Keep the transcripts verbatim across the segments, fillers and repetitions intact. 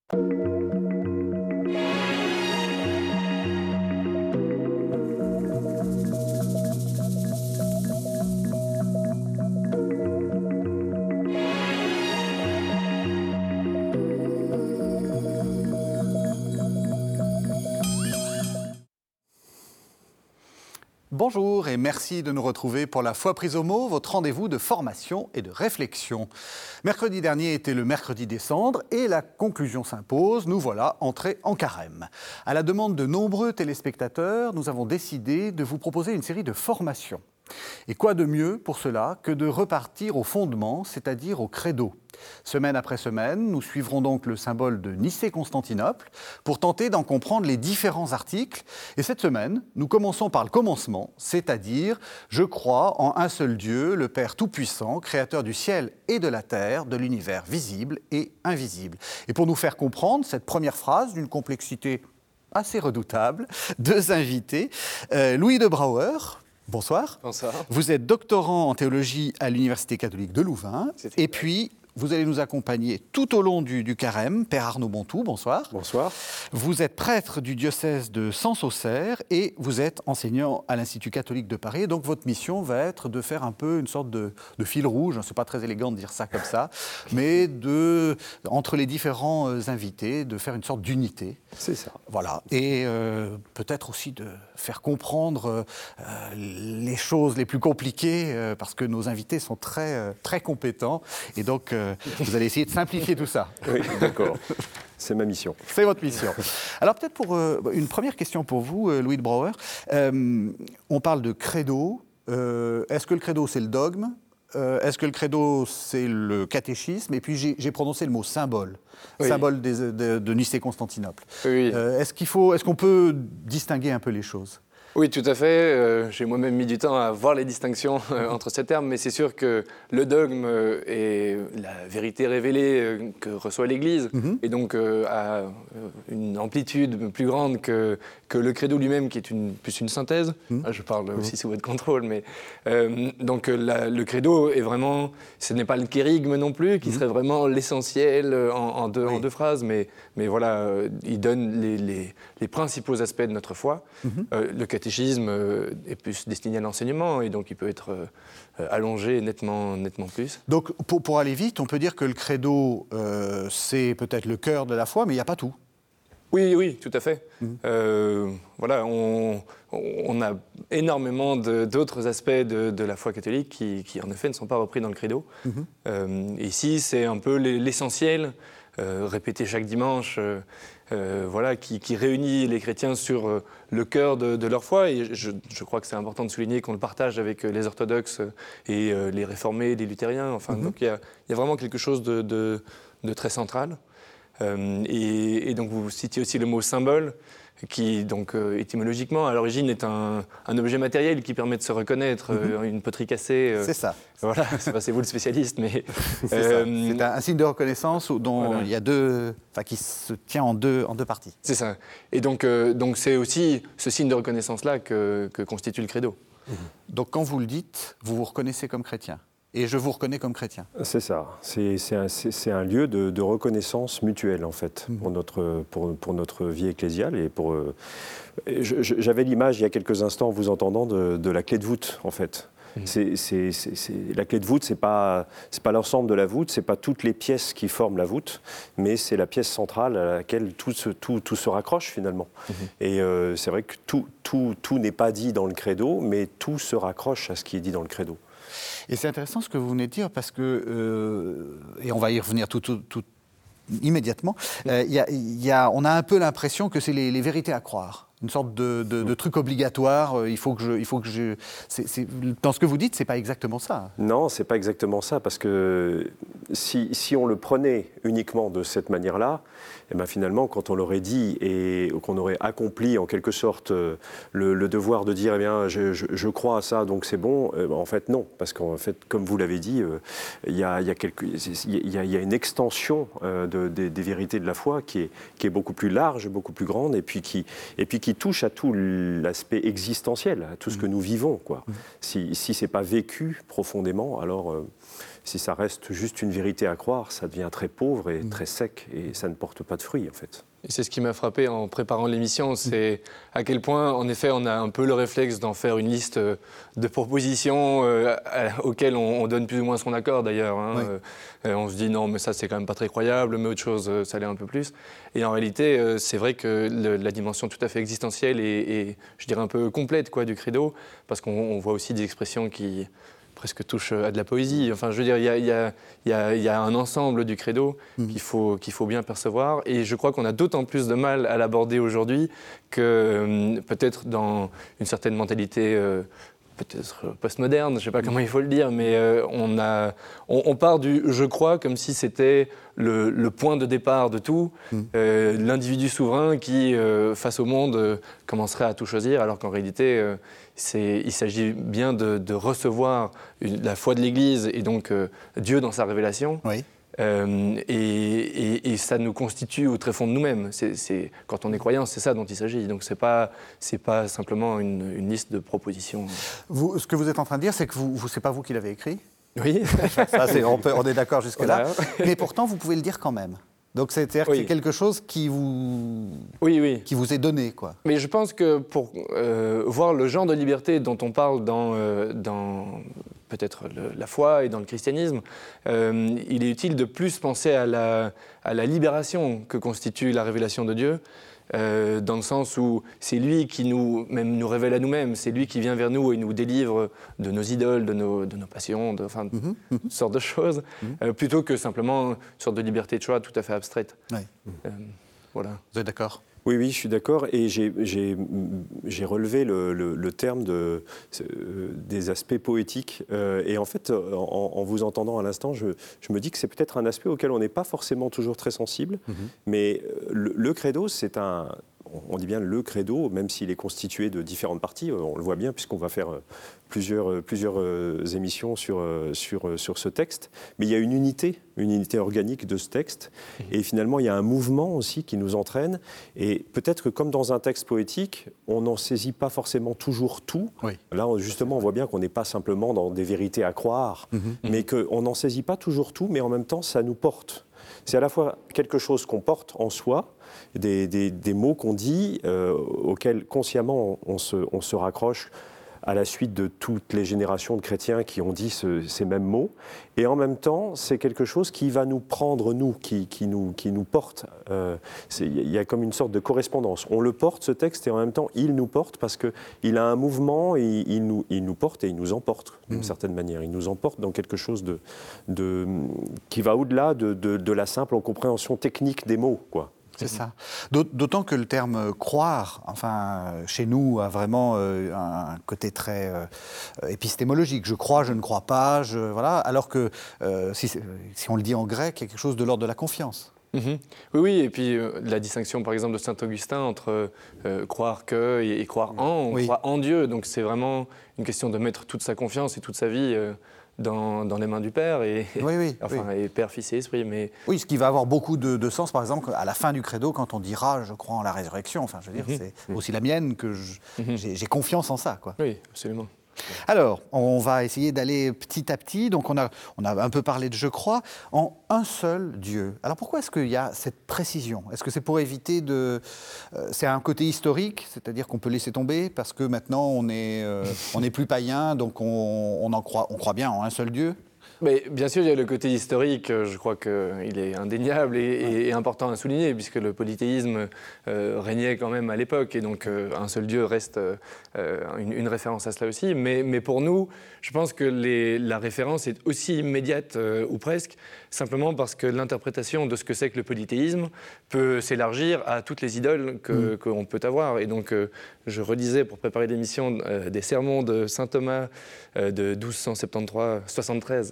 Bonjour et merci de nous retrouver pour la Foi prise au mot, votre rendez-vous de formation et de réflexion. Mercredi dernier était le mercredi des cendres et la conclusion s'impose, nous voilà entrés en carême. À la demande de nombreux téléspectateurs, nous avons décidé de vous proposer une série de formations. Et quoi de mieux pour cela que de repartir au fondement, c'est-à-dire au credo. Semaine après semaine, nous suivrons donc le symbole de Nicée-Constantinople pour tenter d'en comprendre les différents articles. Et cette semaine, nous commençons par le commencement, c'est-à-dire « Je crois en un seul Dieu, le Père Tout-Puissant, créateur du ciel et de la terre, de l'univers visible et invisible ». Et pour nous faire comprendre cette première phrase d'une complexité assez redoutable, deux invités, euh, Louis de Brouwer. Bonsoir. Bonsoir. Vous êtes doctorant en théologie à l'Université catholique de Louvain. C'était et vrai. puis, vous allez nous accompagner tout au long du, du carême. Père Arnaud Bontou, bonsoir. Bonsoir. Vous êtes prêtre du diocèse de Sens-Auxerre et vous êtes enseignant à l'Institut catholique de Paris. Donc, votre mission va être de faire un peu une sorte de, de fil rouge. Ce n'est pas très élégant de dire ça comme ça, mais de, entre les différents invités, de faire une sorte d'unité. C'est ça. Voilà. Et euh, peut-être aussi de faire comprendre euh, les choses les plus compliquées, euh, parce que nos invités sont très, euh, très compétents. Et donc, euh, vous allez essayer de simplifier tout ça. Oui, d'accord. C'est ma mission. C'est votre mission. Alors peut-être pour euh, une première question pour vous, euh, Louis de Brouwer. Euh, on parle de credo. Euh, est-ce que le credo, c'est le dogme ? Euh, est-ce que le credo, c'est le catéchisme ? Et puis, j'ai, j'ai prononcé le mot symbole, Oui. symbole des, de, de Nicée-Constantinople. Oui. Euh, est-ce qu'il faut, est-ce qu'on peut distinguer un peu les choses ? Oui, tout à fait. Euh, j'ai moi-même mis du temps à voir les distinctions euh, entre ces termes, mais c'est sûr que le dogme euh, est la vérité révélée euh, que reçoit l'Église, Mm-hmm. et donc euh, a euh, une amplitude plus grande que, que le credo lui-même, qui est une, plus une synthèse. Mm-hmm. Ah, je parle aussi sous votre contrôle, mais euh, donc euh, la, le credo est vraiment, ce n'est pas le kérygme non plus, qui Mm-hmm. serait vraiment l'essentiel euh, en, en, deux, Oui. en deux phrases, mais, mais voilà, euh, il donne les, les, les principaux aspects de notre foi. Mm-hmm. Euh, le catéchisme euh, est plus destiné à l'enseignement et donc il peut être euh, allongé nettement, nettement plus. Donc, pour, pour aller vite, on peut dire que le credo, euh, c'est peut-être le cœur de la foi, mais il n'y a pas tout. Oui, oui, tout à fait. Mmh. Euh, voilà, on, on a énormément de, d'autres aspects de, de la foi catholique qui, qui, en effet, ne sont pas repris dans le credo. Mmh. Euh, ici, c'est un peu l'essentiel, euh, répété chaque dimanche, euh, euh, voilà, qui, qui réunit les chrétiens sur euh, le cœur de, de leur foi. Et je, je crois que c'est important de souligner qu'on le partage avec les orthodoxes et euh, les réformés, les luthériens. Enfin, Mmh. donc il y, a, il y a vraiment quelque chose de, de, de très central. Euh, et, et donc vous citiez aussi le mot symbole, qui donc euh, étymologiquement à l'origine est un, un objet matériel qui permet de se reconnaître, euh, une poterie cassée. Euh, C'est ça. Voilà, c'est, pas, c'est vous le spécialiste, mais C'est, euh, ça. C'est un, un signe de reconnaissance où- dont Voilà. il y a deux, enfin, qui se tient en deux, en deux parties. c'est ça. Et donc, euh, donc c'est aussi ce signe de reconnaissance-là que, que constitue le credo. Donc quand vous le dites, vous vous reconnaissez comme chrétien. Et je vous reconnais comme chrétien. C'est ça. C'est, c'est, un, c'est, c'est un lieu de, de reconnaissance mutuelle, en fait, Mmh. pour, notre, pour, pour notre vie ecclésiale. Et pour, euh, je, je, j'avais l'image, il y a quelques instants, en vous entendant, de, de la clé de voûte, en fait. Mmh. C'est, c'est, c'est, c'est, la clé de voûte, ce n'est pas, c'est pas l'ensemble de la voûte, ce n'est pas toutes les pièces qui forment la voûte, mais c'est la pièce centrale à laquelle tout se, tout, tout se raccroche, finalement. Mmh. Et euh, c'est vrai que tout, tout, tout n'est pas dit dans le credo, mais tout se raccroche à ce qui est dit dans le credo. Et c'est intéressant ce que vous venez de dire parce que, euh, et on va y revenir tout, tout, tout immédiatement, euh, y a, y a, on a un peu l'impression que c'est les, les vérités à croire. Une sorte de, de, de truc obligatoire, il faut que je... Il faut que je c'est, c'est, dans ce que vous dites, ce n'est pas exactement ça. Non, ce n'est pas exactement ça, parce que si, si on le prenait uniquement de cette manière-là, eh ben finalement, quand on l'aurait dit et qu'on aurait accompli en quelque sorte le, le devoir de dire eh bien, je, je, je crois à ça, donc c'est bon, eh ben en fait non, parce qu'en fait, comme vous l'avez dit, il y a, y a quelque, il y a, y a une extension euh, de, de, des vérités de la foi qui est, qui est beaucoup plus large, beaucoup plus grande, et puis qui, et puis qui touche à tout l'aspect existentiel, à tout ce que nous vivons, quoi. Mmh. Si, si ce n'est pas vécu profondément, alors... Euh, si ça reste juste une vérité à croire, ça devient très pauvre et mmh. très sec, et ça ne porte pas de fruits, en fait. Et c'est ce qui m'a frappé en préparant l'émission, c'est à quel point, en effet, on a un peu le réflexe d'en faire une liste de propositions euh, auxquelles on, on donne plus ou moins son accord, d'ailleurs. Hein. Oui. Euh, on se dit, non, mais ça, c'est quand même pas très croyable, mais autre chose, ça l'est un peu plus. Et en réalité, euh, c'est vrai que le, la dimension tout à fait existentielle et, et, je dirais, un peu complète quoi, du credo, parce qu'on voit aussi des expressions qui presque touche à de la poésie. Enfin, je veux dire, il y a, il y a, il y a, il y a un ensemble du credo mmh. qu'il faut, qu'il faut bien percevoir. Et je crois qu'on a d'autant plus de mal à l'aborder aujourd'hui que euh, peut-être dans une certaine mentalité euh, peut-être postmoderne, je ne sais pas comment il faut le dire, mais euh, on, a, on, on part du « je crois » comme si c'était le, le point de départ de tout, mmh. euh, l'individu souverain qui, euh, face au monde, euh, commencerait à tout choisir, alors qu'en réalité, euh, c'est, il s'agit bien de, de recevoir une, la foi de l'Église et donc euh, Dieu dans sa révélation. Oui. Euh, et, et, et ça nous constitue au très fond de nous-mêmes. C'est, c'est, quand on est croyant, c'est ça dont il s'agit. Donc c'est pas, c'est pas simplement une, une liste de propositions. Vous, ce que vous êtes en train de dire, c'est que vous, vous, c'est pas vous qui l'avez écrit. Oui. Ça, c'est, on, peut, on est d'accord jusque-là. Voilà. Mais pourtant, vous pouvez le dire quand même. Donc c'est-à-dire oui. que c'est quelque chose qui vous, oui, oui. qui vous est donné, quoi. Mais je pense que pour euh, voir le genre de liberté dont on parle dans, euh, dans peut-être le, la foi et dans le christianisme, euh, il est utile de plus penser à la, à la libération que constitue la révélation de Dieu, euh, dans le sens où c'est lui qui nous, même nous révèle à nous-mêmes, c'est lui qui vient vers nous et nous délivre de nos idoles, de nos, de nos passions, de, enfin, mm-hmm. toutes sortes de choses, mm-hmm. euh, plutôt que simplement une sorte de liberté de choix tout à fait abstraite. Oui. Euh, voilà. Vous êtes d'accord ? Oui, oui, je suis d'accord. Et j'ai, j'ai, j'ai relevé le, le, le terme de, euh, des aspects poétiques. Euh, et en fait, en, en vous entendant à l'instant, je, je me dis que c'est peut-être un aspect auquel on n'est pas forcément toujours très sensible. Mm-hmm. Mais le, le credo, c'est un... On dit bien le credo, même s'il est constitué de différentes parties. On le voit bien puisqu'on va faire plusieurs, plusieurs émissions sur, sur, sur ce texte. Mais il y a une unité, une unité organique de ce texte. Et finalement, il y a un mouvement aussi qui nous entraîne. Et peut-être que comme dans un texte poétique, on n'en saisit pas forcément toujours tout. Oui. Là, justement, on voit bien qu'on n'est pas simplement dans des vérités à croire, mm-hmm. mais qu'on n'en saisit pas toujours tout, mais en même temps, ça nous porte. C'est à la fois quelque chose qu'on porte en soi, Des, des, des mots qu'on dit, euh, auxquels consciemment on, on, se, on se raccroche à la suite de toutes les générations de chrétiens qui ont dit ce, ces mêmes mots. Et en même temps, c'est quelque chose qui va nous prendre, nous, qui, qui, nous, qui nous porte. Euh, il y a comme une sorte de correspondance. On le porte, ce texte, et en même temps, il nous porte parce qu'il a un mouvement, et il, nous, il nous porte et il nous emporte, d'une mmh. certaine manière. Il nous emporte dans quelque chose de, de, qui va au-delà de, de, de la simple compréhension technique des mots, quoi. C'est ça. D'autant que le terme « croire », enfin, chez nous, a vraiment euh, un côté très euh, épistémologique. Je crois, je ne crois pas, je, voilà. Alors que euh, si, si on le dit en grec, il y a quelque chose de l'ordre de la confiance. Mmh. Oui, oui, et puis euh, la distinction, par exemple, de saint Augustin entre euh, croire que et, et croire en, on oui. croit en Dieu. Donc c'est vraiment une question de mettre toute sa confiance et toute sa vie euh, Dans, dans les mains du Père, et, oui, oui, enfin, oui. et Père, Fils et Esprit. Mais... Oui, ce qui va avoir beaucoup de, de sens, par exemple, à la fin du credo, quand on dira « je crois en la résurrection », enfin, je veux dire, mm-hmm. c'est mm-hmm. aussi la mienne, que je, mm-hmm. j'ai, j'ai confiance en ça, quoi. Oui, absolument. Alors, on va essayer d'aller petit à petit. Donc, on a, on a un peu parlé de « je crois » en un seul Dieu. Alors, pourquoi est-ce qu'il y a cette précision ? Est-ce que c'est pour éviter de... Euh, c'est un côté historique, c'est-à-dire qu'on peut laisser tomber parce que maintenant, on est, euh, on n'est plus païen, donc on, on, en croit, on croit bien en un seul Dieu ? Mais bien sûr, il y a le côté historique, je crois qu'il est indéniable et, et, et important à souligner, puisque le polythéisme euh, régnait quand même à l'époque, et donc euh, un seul Dieu reste euh, une, une référence à cela aussi. Mais, mais pour nous, je pense que les, la référence est aussi immédiate, euh, ou presque, simplement parce que l'interprétation de ce que c'est que le polythéisme peut s'élargir à toutes les idoles que, mmh. qu'on peut avoir. Et donc, euh, je relisais pour préparer l'émission euh, des sermons de saint Thomas euh, de douze cent soixante-treize, soixante-treize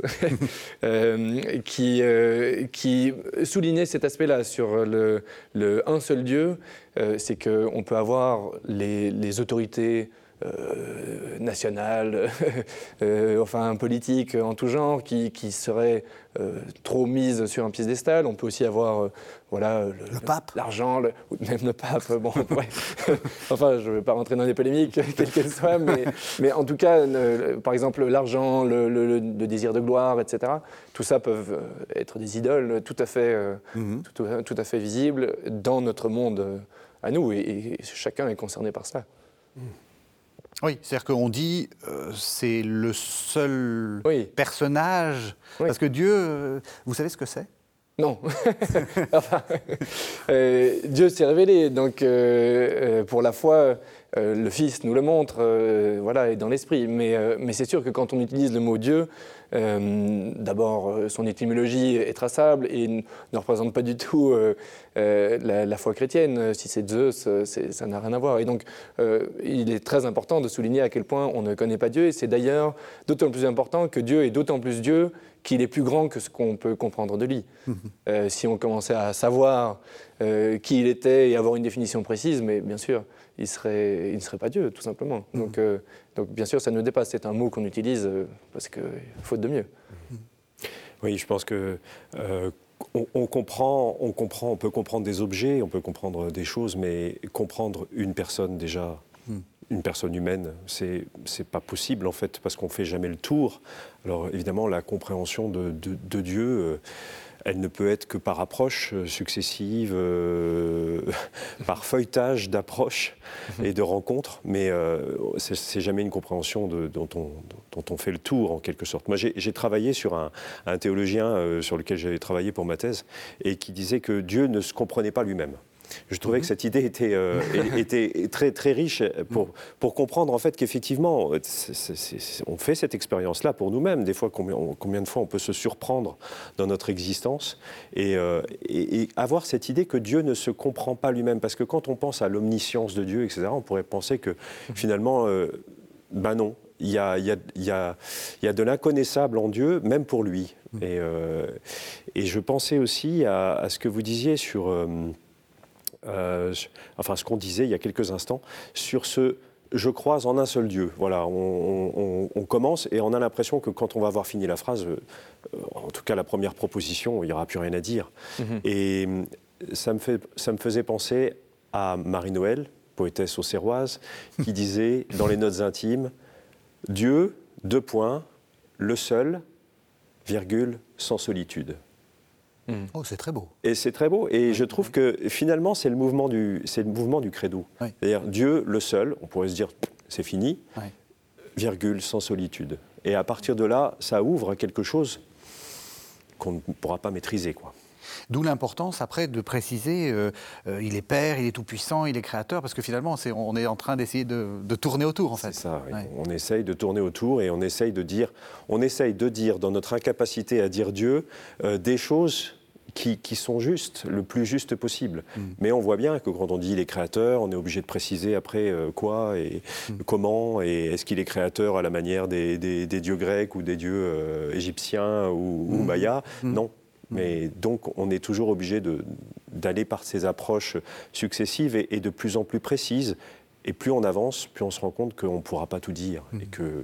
euh, qui, euh, qui soulignait cet aspect-là sur le, le un seul Dieu. Euh, c'est qu'on peut avoir les, les autorités euh, nationales, euh, enfin politiques en tout genre, qui, qui seraient euh, trop mises sur un piédestal. On peut aussi avoir euh, voilà, le, le pape, l'argent, le, même le pape. Bon, ouais. Enfin, je ne vais pas rentrer dans des polémiques, quelles qu'elles soient, mais, mais en tout cas, le, par exemple, l'argent, le, le, le désir de gloire, et cetera. Tout ça peuvent être des idoles tout à fait, euh, mm-hmm. tout, tout à fait visibles dans notre monde à nous, et, et chacun est concerné par cela. Mm. Oui, c'est-à-dire qu'on dit euh, c'est le seul oui. personnage, oui. parce que Dieu, euh, vous savez ce que c'est ? Non. Enfin, euh, Dieu s'est révélé, donc euh, pour la foi, euh, le Fils nous le montre, euh, voilà, et dans l'esprit. Mais, euh, mais c'est sûr que quand on utilise le mot Dieu, euh, d'abord, son étymologie est traçable et ne représente pas du tout euh, euh, la, la foi chrétienne. Si c'est Zeus, c'est, ça n'a rien à voir. Et donc, euh, il est très important de souligner à quel point on ne connaît pas Dieu. Et c'est d'ailleurs d'autant plus important que Dieu est d'autant plus Dieu qu'il est plus grand que ce qu'on peut comprendre de lui. Mmh. Euh, si on commençait à savoir euh, qui il était et avoir une définition précise, mais bien sûr, il, serait, il ne serait pas Dieu, tout simplement. Mmh. Donc, euh, donc, bien sûr, ça nous dépasse. C'est un mot qu'on utilise euh, parce qu'il faut de mieux. Mmh. Oui, je pense que... Euh, On, on, comprend, on comprend, on peut comprendre des objets, on peut comprendre des choses, mais comprendre une personne déjà, mm. une personne humaine, c'est c'est pas possible en fait, parce qu'on fait jamais le tour. Alors évidemment, la compréhension de, de, de Dieu, euh, elle ne peut être que par approche successive, euh, par feuilletage d'approches et de rencontres, mais euh, c'est, c'est jamais une compréhension de, dont, on, dont on fait le tour, en quelque sorte. Moi, j'ai, j'ai travaillé sur un, un théologien euh, sur lequel j'avais travaillé pour ma thèse, et qui disait que Dieu ne se comprenait pas lui-même. Je trouvais que cette idée était, euh, était très, très riche pour, pour comprendre en fait qu'effectivement, c'est, c'est, c'est, on fait cette expérience-là pour nous-mêmes. Des fois, combien, combien de fois on peut se surprendre dans notre existence et, euh, et, et avoir cette idée que Dieu ne se comprend pas lui-même. Parce que quand on pense à l'omniscience de Dieu, et cetera, on pourrait penser que finalement, euh, ben non, il y a, il y a, il y a, il y a de l'inconnaissable en Dieu, même pour lui. Et, euh, et je pensais aussi à, à ce que vous disiez sur... Euh, Euh, enfin, ce qu'on disait il y a quelques instants, sur ce « je crois en un seul Dieu ». Voilà, on, on, on commence et on a l'impression que quand on va avoir fini la phrase, euh, en tout cas la première proposition, il n'y aura plus rien à dire. Mm-hmm. Et ça me, fait, ça me faisait penser à Marie-Noël, poétesse auxerroise, qui disait dans les notes intimes « Dieu, deux points, le seul, virgule, sans solitude ». Mmh. Oh, c'est très beau. Et c'est très beau. Et oui, je trouve oui. que finalement, c'est le mouvement du, c'est le mouvement du credo. Oui. C'est-à-dire Dieu, le seul, on pourrait se dire, c'est fini, oui. virgule, sans solitude. Et à partir de là, ça ouvre quelque chose qu'on ne pourra pas maîtriser, quoi. D'où l'importance, après, de préciser, euh, euh, il est Père, il est tout-puissant, il est créateur, parce que finalement, c'est, on est en train d'essayer de, de tourner autour, en fait. C'est ça, oui. Ouais. On essaye de tourner autour et on essaye de dire, on essaye de dire, dans notre incapacité à dire Dieu, euh, des choses qui, qui sont justes, le plus juste possible. Mm. Mais on voit bien que quand on dit il est créateur, on est obligé de préciser après euh, quoi et mm. comment, et est-ce qu'il est créateur à la manière des, des, des dieux grecs ou des dieux euh, égyptiens ou, mm. ou mayas. Mm. Non. Mais donc, on est toujours obligé de, d'aller par ces approches successives et, et de plus en plus précises. Et plus on avance, plus on se rend compte qu'on ne pourra pas tout dire mmh. et que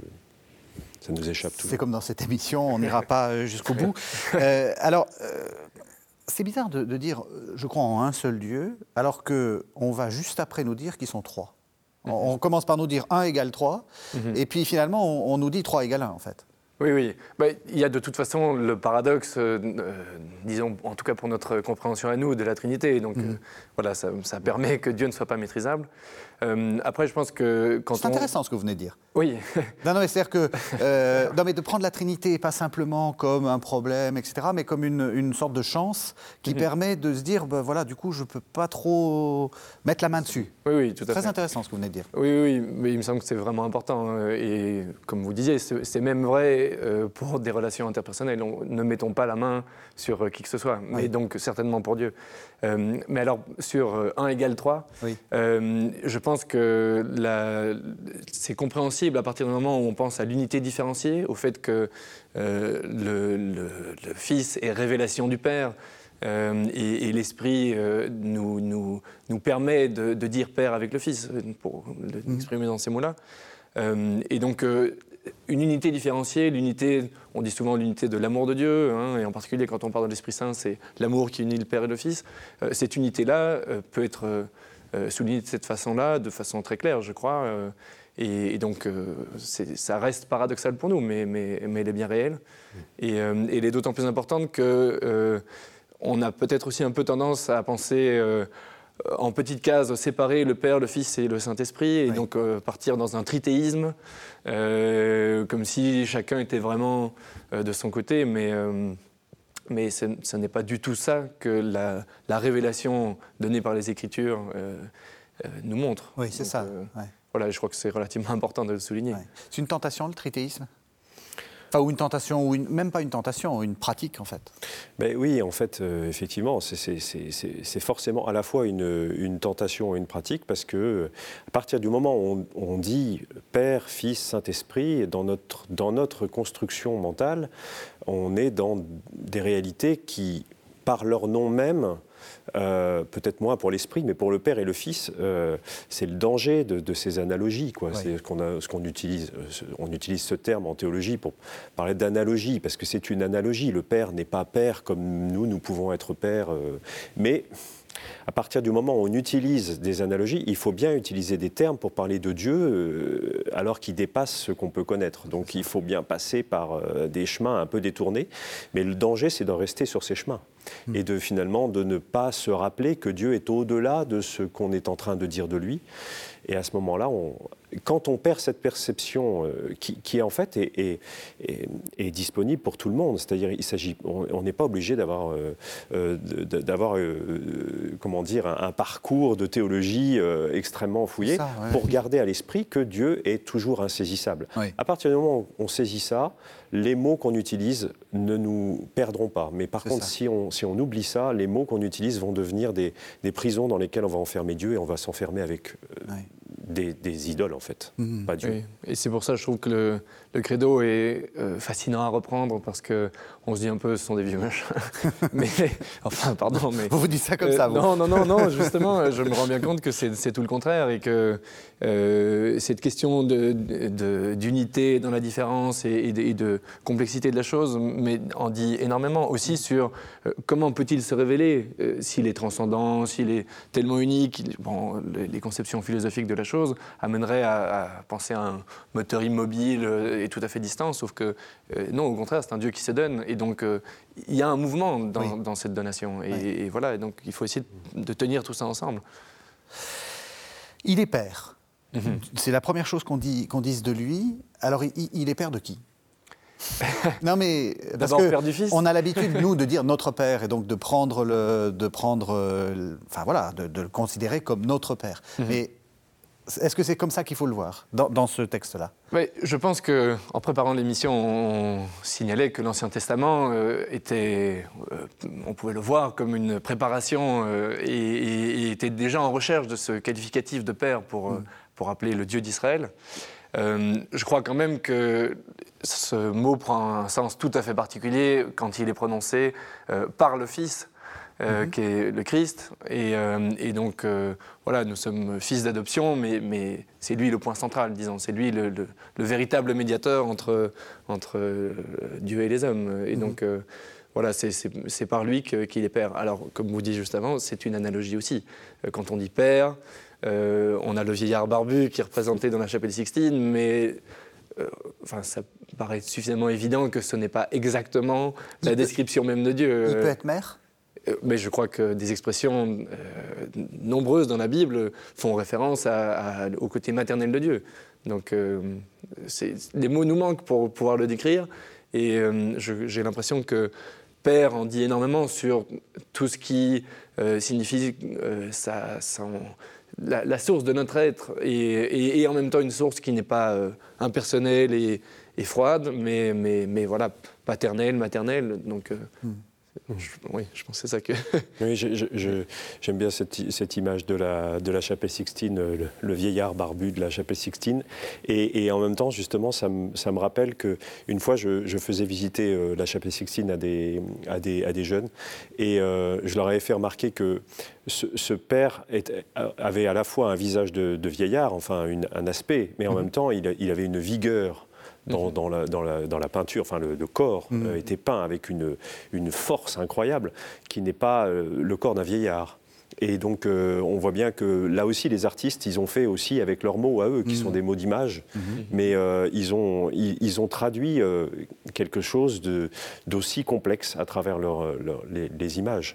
ça nous échappe tout. C'est comme dans cette émission, on n'ira pas jusqu'au bout. Euh, alors, euh, c'est bizarre de, de dire « je crois en un seul Dieu », alors qu'on va juste après nous dire qu'ils sont trois. Mmh. On, on commence par nous dire un égale trois, mmh. et puis finalement, on, on nous dit trois égale un, en fait. Oui, oui. Bah, il y a de toute façon le paradoxe, euh, disons, en tout cas pour notre compréhension à nous, de la Trinité. Donc, mmh. euh, voilà, ça, ça permet que Dieu ne soit pas maîtrisable. Euh, après, je pense que quand C'est on... intéressant ce que vous venez de dire. Oui. non, non, mais c'est-à-dire que... Euh, non, mais de prendre la Trinité, pas simplement comme un problème, et cetera, mais comme une, une sorte de chance qui mmh. permet de se dire, ben voilà, du coup, je ne peux pas trop mettre la main dessus. Oui, oui, tout à Très fait. Très intéressant ce que vous venez de dire. Oui, oui, mais il me semble que c'est vraiment important. Et comme vous disiez, c'est, c'est même vrai pour des relations interpersonnelles. On, ne mettons pas la main sur qui que ce soit, mais oui. donc certainement pour Dieu. Euh, mais alors, sur un égale trois, oui. euh, je pense que la, c'est compréhensible à partir du moment où on pense à l'unité différenciée, au fait que euh, le, le, le Fils est révélation du Père, Euh, et, et l'Esprit euh, nous, nous, nous permet de, de dire Père avec le Fils, pour l'exprimer dans ces mots-là. Euh, et donc, euh, une unité différenciée, l'unité, on dit souvent l'unité de l'amour de Dieu, hein, et en particulier quand on parle de l'Esprit Saint, c'est l'amour qui unit le Père et le Fils. Euh, cette unité-là euh, peut être euh, soulignée de cette façon-là, de façon très claire, je crois. Euh, et, et donc, euh, c'est, ça reste paradoxal pour nous, mais, mais, mais elle est bien réelle. Et, euh, et elle est d'autant plus importante que... Euh, on a peut-être aussi un peu tendance à penser euh, en petites cases séparer le Père, le Fils et le Saint-Esprit, et oui. donc euh, partir dans un trithéisme, euh, comme si chacun était vraiment euh, de son côté, mais, euh, mais ce n'est pas du tout ça que la, la révélation donnée par les Écritures euh, euh, nous montre. Oui, c'est donc, ça. Euh, ouais. Voilà, je crois que c'est relativement important de le souligner. Ouais. C'est une tentation, le trithéisme ? Enfin, ou une tentation, ou une, même pas une tentation, une pratique en fait. Ben oui, en fait, euh, effectivement, c'est, c'est, c'est, c'est forcément à la fois une, une tentation et une pratique, parce que à partir du moment où on, on dit Père, Fils, Saint-Esprit, dans notre, dans notre construction mentale, on est dans des réalités qui, par leur nom même, Euh, peut-être moins pour l'esprit, mais pour le Père et le Fils, euh, c'est le danger de, de ces analogies, quoi. Oui. C'est ce qu'on, a, ce qu'on utilise. On utilise ce terme en théologie pour parler d'analogie, parce que c'est une analogie. Le Père n'est pas Père comme nous, nous pouvons être Père. Euh, mais à partir du moment où on utilise des analogies, il faut bien utiliser des termes pour parler de Dieu, euh, alors qu'il dépasse ce qu'on peut connaître. Donc il faut bien passer par euh, des chemins un peu détournés. Mais le danger, c'est d'en rester sur ces chemins. Mmh. Et de finalement de ne pas se rappeler que Dieu est au-delà de ce qu'on est en train de dire de lui. Et à ce moment-là, on, quand on perd cette perception euh, qui, qui en fait est, est, est, est disponible pour tout le monde, c'est-à-dire il s'agit, on n'est pas obligé d'avoir, euh, euh, d'avoir euh, comment dire, un, un parcours de théologie euh, extrêmement fouillé ça, ouais. pour garder à l'esprit que Dieu est toujours insaisissable. Oui. À partir du moment où on saisit ça, les mots qu'on utilise ne nous perdront pas. Mais par C'est contre, si on, si on oublie ça, les mots qu'on utilise vont devenir des, des prisons dans lesquelles on va enfermer Dieu et on va s'enfermer avec euh, oui. des, des idoles, en fait, mmh. pas Dieu. Oui. Et c'est pour ça que je trouve que le, le credo est euh, fascinant à reprendre, parce qu'on se dit un peu, ce sont des vieux machins. mais, enfin, pardon, mais... Vous vous dites ça comme euh, ça, vous Non, non, non, non, justement, je me rends bien compte que c'est, c'est tout le contraire, et que euh, cette question de, de, d'unité dans la différence et, et, de, et de complexité de la chose, mais en dit énormément aussi sur euh, comment peut-il se révéler, euh, s'il est transcendant, s'il est tellement unique. Bon, les, les conceptions philosophiques de la chose amèneraient à, à penser à un moteur immobile et tout à fait distant, sauf que euh, non, au contraire, c'est un Dieu qui se donne, et donc euh, il y a un mouvement dans, oui. dans cette donation, et, oui. et voilà, et donc il faut essayer de, de tenir tout ça ensemble. Il est père. Mm-hmm. C'est la première chose qu'on dit, qu'on dise de lui. Alors, il, il est père de qui ? Non mais parce que père du fils. On a l'habitude nous de dire notre père, et donc de prendre le, de prendre, le, enfin voilà, de, de le considérer comme notre père. Mm-hmm. Mais est-ce que c'est comme ça qu'il faut le voir dans, dans ce texte-là ? Oui, je pense que en préparant l'émission, on signalait que l'Ancien Testament euh, était, euh, on pouvait le voir comme une préparation euh, et, et, et était déjà en recherche de ce qualificatif de père pour mm. euh, pour appeler le Dieu d'Israël. Euh, je crois quand même que ce mot prend un sens tout à fait particulier quand il est prononcé euh, par le Fils, euh, mm-hmm. qui est le Christ. Et, euh, et donc, euh, voilà, nous sommes fils d'adoption, mais, mais c'est lui le point central, disons. C'est lui le, le, le véritable médiateur entre, entre euh, Dieu et les hommes. Et mm-hmm. donc, euh, voilà, c'est, c'est, c'est par lui que, qu'il est père. Alors, comme vous dites juste avant, c'est une analogie aussi. Quand on dit père... Euh, on a le vieillard barbu qui est représenté dans la chapelle Sixtine, mais euh, enfin, ça paraît suffisamment évident que ce n'est pas exactement il la peut, description même de Dieu. Il peut être mère ? euh, Mais je crois que des expressions euh, nombreuses dans la Bible font référence à, à, au côté maternel de Dieu. Donc euh, c'est, les mots nous manquent pour pouvoir le décrire, et euh, je, j'ai l'impression que Père en dit énormément sur tout ce qui euh, signifie euh, sa... sa La, la source de notre être, et, et, et en même temps une source qui n'est pas euh, impersonnelle et, et froide, mais, mais, mais voilà, paternelle, maternelle. Donc, euh, mmh. Je, oui, je pense que c'est ça que... Oui, je, je, je, j'aime bien cette, cette image de la, de la chapelle Sixtine, le, le vieillard barbu de la chapelle Sixtine. Et, et en même temps, justement, ça me, ça me rappelle qu'une fois, je, je faisais visiter euh, la chapelle Sixtine à des, à des, à des jeunes. Et euh, je leur avais fait remarquer que ce, ce père était, avait à la fois un visage de, de vieillard, enfin une, un aspect, mais en mmh. même temps, il, il avait une vigueur. Dans, mmh. dans, la, dans, la, dans la peinture, enfin le, le corps mmh. euh, était peint avec une, une force incroyable qui n'est pas euh, le corps d'un vieillard. Et donc euh, on voit bien que là aussi les artistes, ils ont fait aussi avec leurs mots à eux, qui mmh. sont des mots d'image, mmh. mais euh, ils, ont, ils, ils ont traduit euh, quelque chose de, d'aussi complexe à travers leur, leur, les, les images.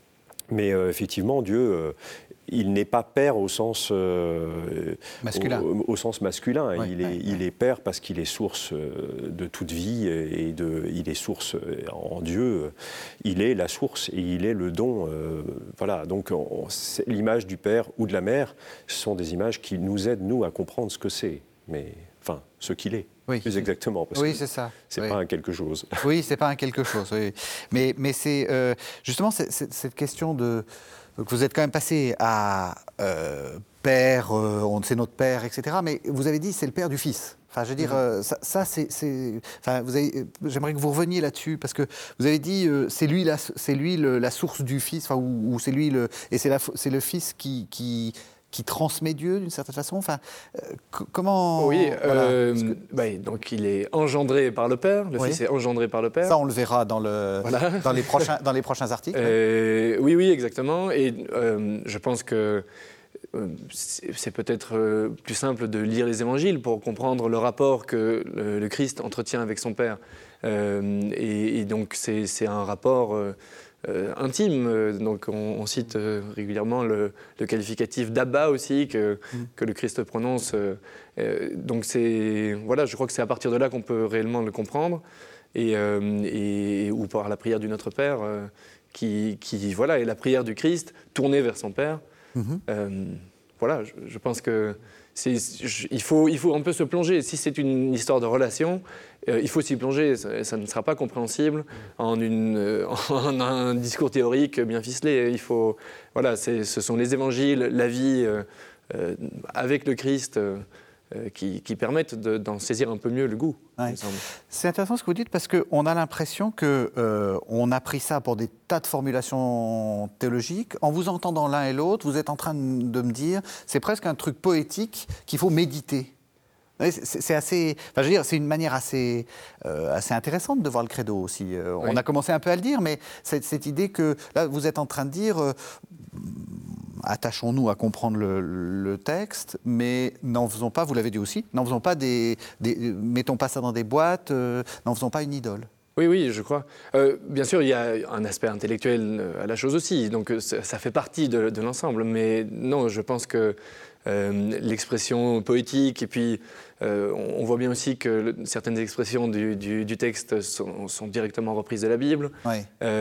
Mais euh, effectivement, Dieu... Euh, il n'est pas père au sens, euh, masculin. Au, au sens masculin. Ouais, il, est, ouais, il ouais. est père parce qu'il est source de toute vie et de, il est source en Dieu. Il est la source et il est le don. Euh, voilà. Donc on, l'image du père ou de la mère sont des images qui nous aident nous à comprendre ce que c'est, mais enfin ce qu'il est. Oui. Plus exactement, parce oui, que c'est ça. C'est oui. pas un quelque chose. Oui, c'est pas un quelque chose. Oui. Mais, mais c'est euh, justement c'est, c'est, cette question de que vous êtes quand même passé à euh, père, euh, on sait notre père, et cetera. Mais vous avez dit c'est le père du fils. Enfin, je veux dire, euh, ça, ça c'est, c'est, enfin, vous avez, j'aimerais que vous reveniez là-dessus parce que vous avez dit euh, c'est lui la, c'est lui le, la source du fils, enfin, ou, ou c'est lui le, et c'est la, c'est le fils qui, qui qui transmet Dieu d'une certaine façon. Enfin, euh, c- comment Oui, voilà, euh, parce que- bah, donc il est engendré par le Père, le Oui. Fils est engendré par le Père. Ça, on le verra dans, le, Voilà. dans, les, prochains, dans les prochains articles. Euh, oui, oui, exactement. Et euh, je pense que euh, c'est, c'est peut-être euh, plus simple de lire les évangiles pour comprendre le rapport que le, le Christ entretient avec son Père. Euh, et, et donc c'est, c'est un rapport euh, euh, intime. Donc on, on cite euh, régulièrement le, le qualificatif d'Abba aussi que, mmh. que le Christ prononce. Euh, euh, donc c'est, voilà, je crois que c'est à partir de là qu'on peut réellement le comprendre. Et, euh, et, ou par la prière du Notre Père, euh, qui, qui voilà, est la prière du Christ tournée vers son Père. Mm-hmm. Euh, voilà, je, je pense que c'est, je, il, faut, il faut un peu se plonger. Si c'est une histoire de relation, euh, il faut s'y plonger. Ça, ça ne sera pas compréhensible en, une, euh, en un discours théorique bien ficelé. Il faut, voilà, c'est, ce sont les évangiles, la vie euh, euh, avec le Christ. Euh, Euh, qui, qui permettent de, d'en saisir un peu mieux le goût. Ouais. C'est intéressant ce que vous dites parce qu'on a l'impression qu'on euh, a pris ça pour des tas de formulations théologiques. En vous entendant l'un et l'autre, vous êtes en train de me dire c'est presque un truc poétique qu'il faut méditer. C'est, c'est assez, enfin, je veux dire, c'est une manière assez, euh, assez intéressante de voir le credo aussi. Euh, oui. On a commencé un peu à le dire, mais cette, cette idée que là, vous êtes en train de dire, euh, attachons-nous à comprendre le, le texte, mais n'en faisons pas, vous l'avez dit aussi, n'en faisons pas des, des mettons pas ça dans des boîtes, euh, n'en faisons pas une idole. Oui, oui, je crois. Euh, bien sûr, il y a un aspect intellectuel à la chose aussi, donc ça, ça fait partie de, de l'ensemble. Mais non, je pense que euh, l'expression poétique, et puis euh, on, on voit bien aussi que le, certaines expressions du, du, du texte sont, sont directement reprises de la Bible. Oui.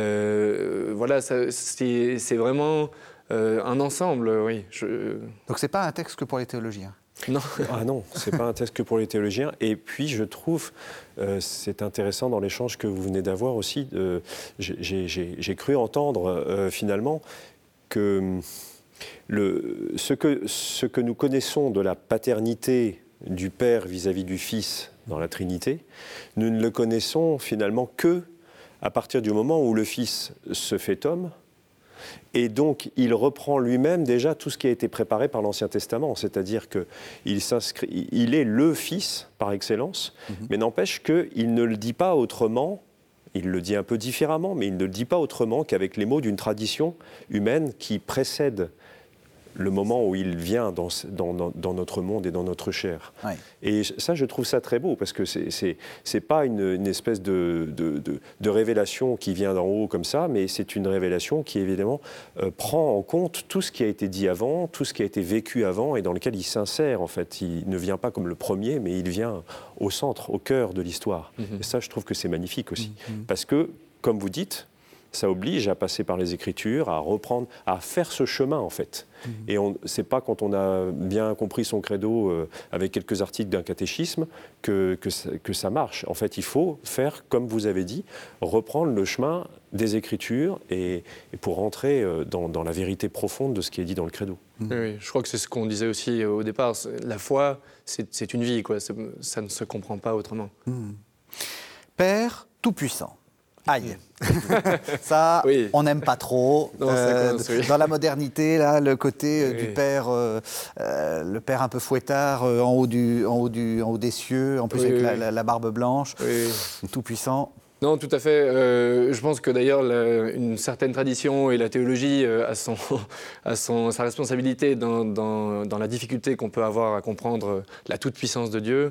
Euh, voilà, ça, c'est, c'est vraiment euh, un ensemble, oui. Je... Donc c'est pas un texte que pour les théologiens. Non. Ah non, c'est pas un texte que pour les théologiens. Et puis je trouve, euh, c'est intéressant dans l'échange que vous venez d'avoir aussi, euh, j'ai, j'ai, j'ai cru entendre euh, finalement que, le, ce que ce que nous connaissons de la paternité du Père vis-à-vis du Fils dans la Trinité, nous ne le connaissons finalement que à partir du moment où le Fils se fait homme. Et donc, il reprend lui-même déjà tout ce qui a été préparé par l'Ancien Testament, c'est-à-dire qu'il s'inscrit, il est le Fils par excellence, mmh. mais n'empêche qu'il ne le dit pas autrement, il le dit un peu différemment, mais il ne le dit pas autrement qu'avec les mots d'une tradition humaine qui précède le moment où il vient dans, dans, dans notre monde et dans notre chair. Ouais. Et ça, je trouve ça très beau, parce que c'est, c'est, c'est pas une, une espèce de, de, de, de révélation qui vient d'en haut comme ça, mais c'est une révélation qui, évidemment, euh, prend en compte tout ce qui a été dit avant, tout ce qui a été vécu avant, et dans lequel il s'insère, en fait. Il ne vient pas comme le premier, mais il vient au centre, au cœur de l'histoire. Mm-hmm. Et ça, je trouve que c'est magnifique aussi. Mm-hmm. Parce que, comme vous dites, ça oblige à passer par les Écritures, à reprendre, à faire ce chemin en fait. Mmh. Et on, c'est pas quand on a bien compris son credo euh, avec quelques articles d'un catéchisme que, que, ça, que ça marche. En fait, il faut faire, comme vous avez dit, reprendre le chemin des Écritures et, et pour rentrer euh, dans, dans la vérité profonde de ce qui est dit dans le credo. Mmh. Oui, je crois que c'est ce qu'on disait aussi au départ. La foi, c'est, c'est une vie, quoi. C'est, ça ne se comprend pas autrement. Mmh. Père tout-puissant. Aïe. Ça, oui. On n'aime pas trop. Non, euh, commence, oui. Dans la modernité, là, le côté oui. du père, euh, euh, le père un peu fouettard, euh, en, haut du, en, haut du, en haut des cieux, en plus oui, avec oui. La, la, la barbe blanche, oui. tout puissant. Non, tout à fait. Euh, je pense que d'ailleurs, la, une certaine tradition et la théologie euh, a, son, a son, sa responsabilité dans, dans, dans la difficulté qu'on peut avoir à comprendre la toute-puissance de Dieu.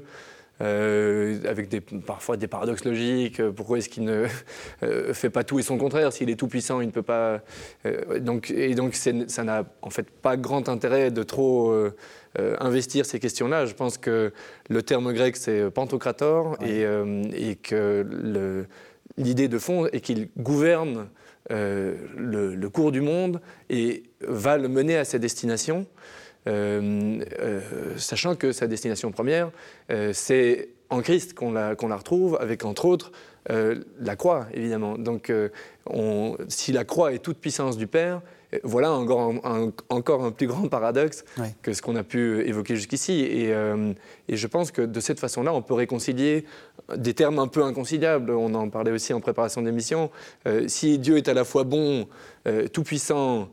Euh, avec des, parfois des paradoxes logiques. Pourquoi est-ce qu'il ne euh, fait pas tout et son contraire? S'il est tout puissant, il ne peut pas. Euh, donc, et donc, c'est, ça n'a en fait pas grand intérêt de trop euh, euh, investir ces questions-là. Je pense que le terme grec c'est pantokrator ouais. et, euh, et que le, l'idée de fond est qu'il gouverne euh, le, le cours du monde et va le mener à ses destinations. Euh, euh, sachant que sa destination première, euh, c'est en Christ qu'on la, qu'on la retrouve, avec entre autres euh, la croix, évidemment. Donc, euh, on, si la croix est toute puissance du Père, voilà encore un, un, encore un plus grand paradoxe oui. que ce qu'on a pu évoquer jusqu'ici. Et, euh, et je pense que de cette façon-là, on peut réconcilier des termes un peu inconciliables. On en parlait aussi en préparation d'émission. Euh, si Dieu est à la fois bon, euh, tout-puissant,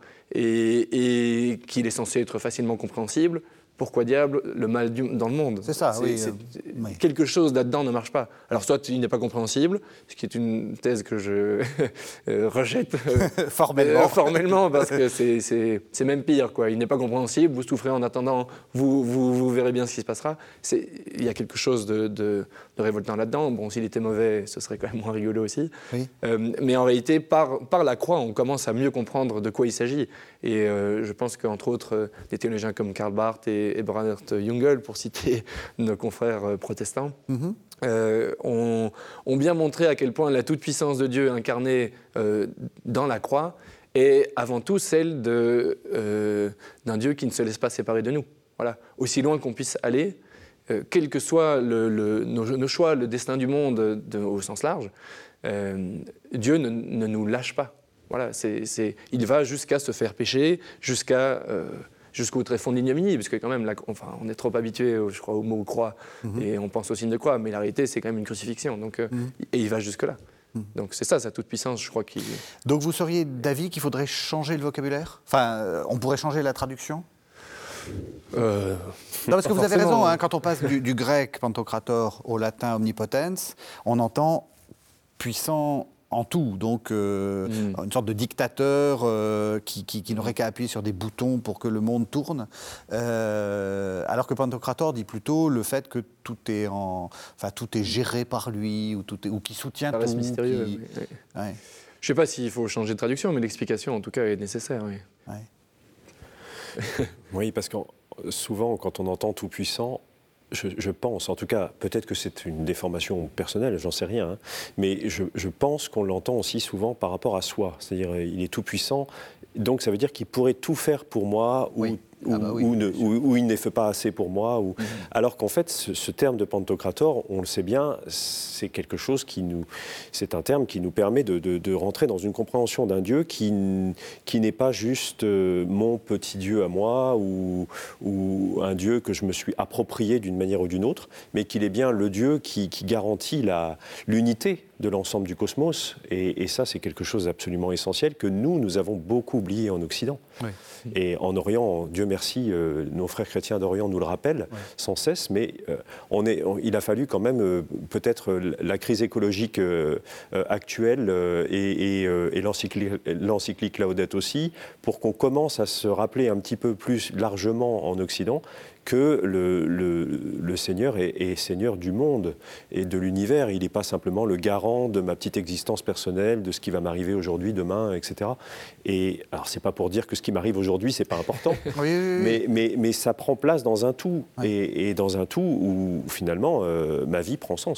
Et, et qu'il est censé être facilement compréhensible, pourquoi diable le mal du, dans le monde? C'est ça, c'est, oui. C'est, euh, oui. Quelque chose là-dedans ne marche pas. Alors soit il n'est pas compréhensible, ce qui est une thèse que je rejette formellement. formellement, parce que c'est, c'est, c'est même pire, quoi. Il n'est pas compréhensible, vous souffrez en attendant, vous, vous, vous verrez bien ce qui se passera. C'est, il y a quelque chose de, de, de révoltant là-dedans. Bon, s'il était mauvais, ce serait quand même moins rigolo aussi. Oui. Euh, mais en réalité, par, par la croix, on commence à mieux comprendre de quoi il s'agit. Et euh, je pense qu'entre autres, euh, des théologiens comme Karl Barth et, et Bernhard Jungel, pour citer nos confrères euh, protestants, mm-hmm. euh, ont, ont bien montré à quel point la toute-puissance de Dieu incarnée euh, dans la croix est avant tout celle de, euh, d'un Dieu qui ne se laisse pas séparer de nous. Voilà. Aussi loin qu'on puisse aller, euh, quel que soit le, le, nos, nos choix, le destin du monde de, au sens large, euh, Dieu ne, ne nous lâche pas. Voilà, c'est, c'est, il va jusqu'à se faire pécher, jusqu'à, euh, jusqu'au tréfonds de l'ignominie, parce que quand même, la, enfin, on est trop habitué, je crois, au mot croix, mm-hmm. et on pense au signe de croix, mais la réalité, c'est quand même une crucifixion, donc, euh, mm-hmm. et il va jusque-là. Mm-hmm. Donc c'est ça, sa toute-puissance, je crois qu'il... Donc vous seriez d'avis qu'il faudrait changer le vocabulaire? Enfin, euh, on pourrait changer la traduction? Euh, non, parce que vous avez raison, hein, quand on passe du, du grec pantokrator au latin omnipotens, on entend puissant en tout, donc euh, mm. une sorte de dictateur euh, qui, qui, qui n'aurait qu'à appuyer sur des boutons pour que le monde tourne, euh, alors que Pantocrator dit plutôt le fait que tout est, en, enfin, tout est géré par lui, ou, tout est, ou qui soutient ça tout. Reste mystérieux, qui... oui, oui. Ouais. Je ne sais pas s'il faut changer de traduction, mais l'explication, en tout cas, est nécessaire. Oui, ouais. Oui, parce que souvent, quand on entend tout-puissant, Je, je pense, en tout cas, peut-être que c'est une déformation personnelle, j'en sais rien, hein, mais je, je pense qu'on l'entend aussi souvent par rapport à soi. C'est-à-dire, il est tout puissant, donc ça veut dire qu'il pourrait tout faire pour moi, ou, oui. ou, ah bah oui, ou, ne, ou, ou il ne fait pas assez pour moi. Ou... Mm-hmm. Alors qu'en fait, ce, ce terme de Pantocrator, on le sait bien, c'est quelque chose qui nous, c'est un terme qui nous permet de, de, de rentrer dans une compréhension d'un Dieu qui, qui n'est pas juste euh, mon petit Dieu à moi, ou, ou un Dieu que je me suis approprié d'une manière ou d'une autre, mais qu'il est bien le Dieu qui, qui garantit la, l'unité de l'ensemble du cosmos. Et, et ça, c'est quelque chose d'absolument essentiel que nous, nous avons beaucoup oublié en Occident. Oui. Et en Orient, Dieu merci, euh, nos frères chrétiens d'Orient nous le rappellent oui. sans cesse, mais euh, on est, on, il a fallu quand même euh, peut-être la crise écologique euh, actuelle euh, et, et, euh, et l'encyclique, l'encyclique Laudato aussi, pour qu'on commence à se rappeler un petit peu plus largement en Occident que le, le, le Seigneur est, est Seigneur du monde et de l'univers. Il n'est pas simplement le garant de ma petite existence personnelle, de ce qui va m'arriver aujourd'hui, demain, et cetera. Et alors, c'est pas pour dire que ce qui m'arrive aujourd'hui, c'est pas important, oui, oui, oui. Mais, mais, mais ça prend place dans un tout, oui. et, et dans un tout où, finalement, euh, ma vie prend sens aussi.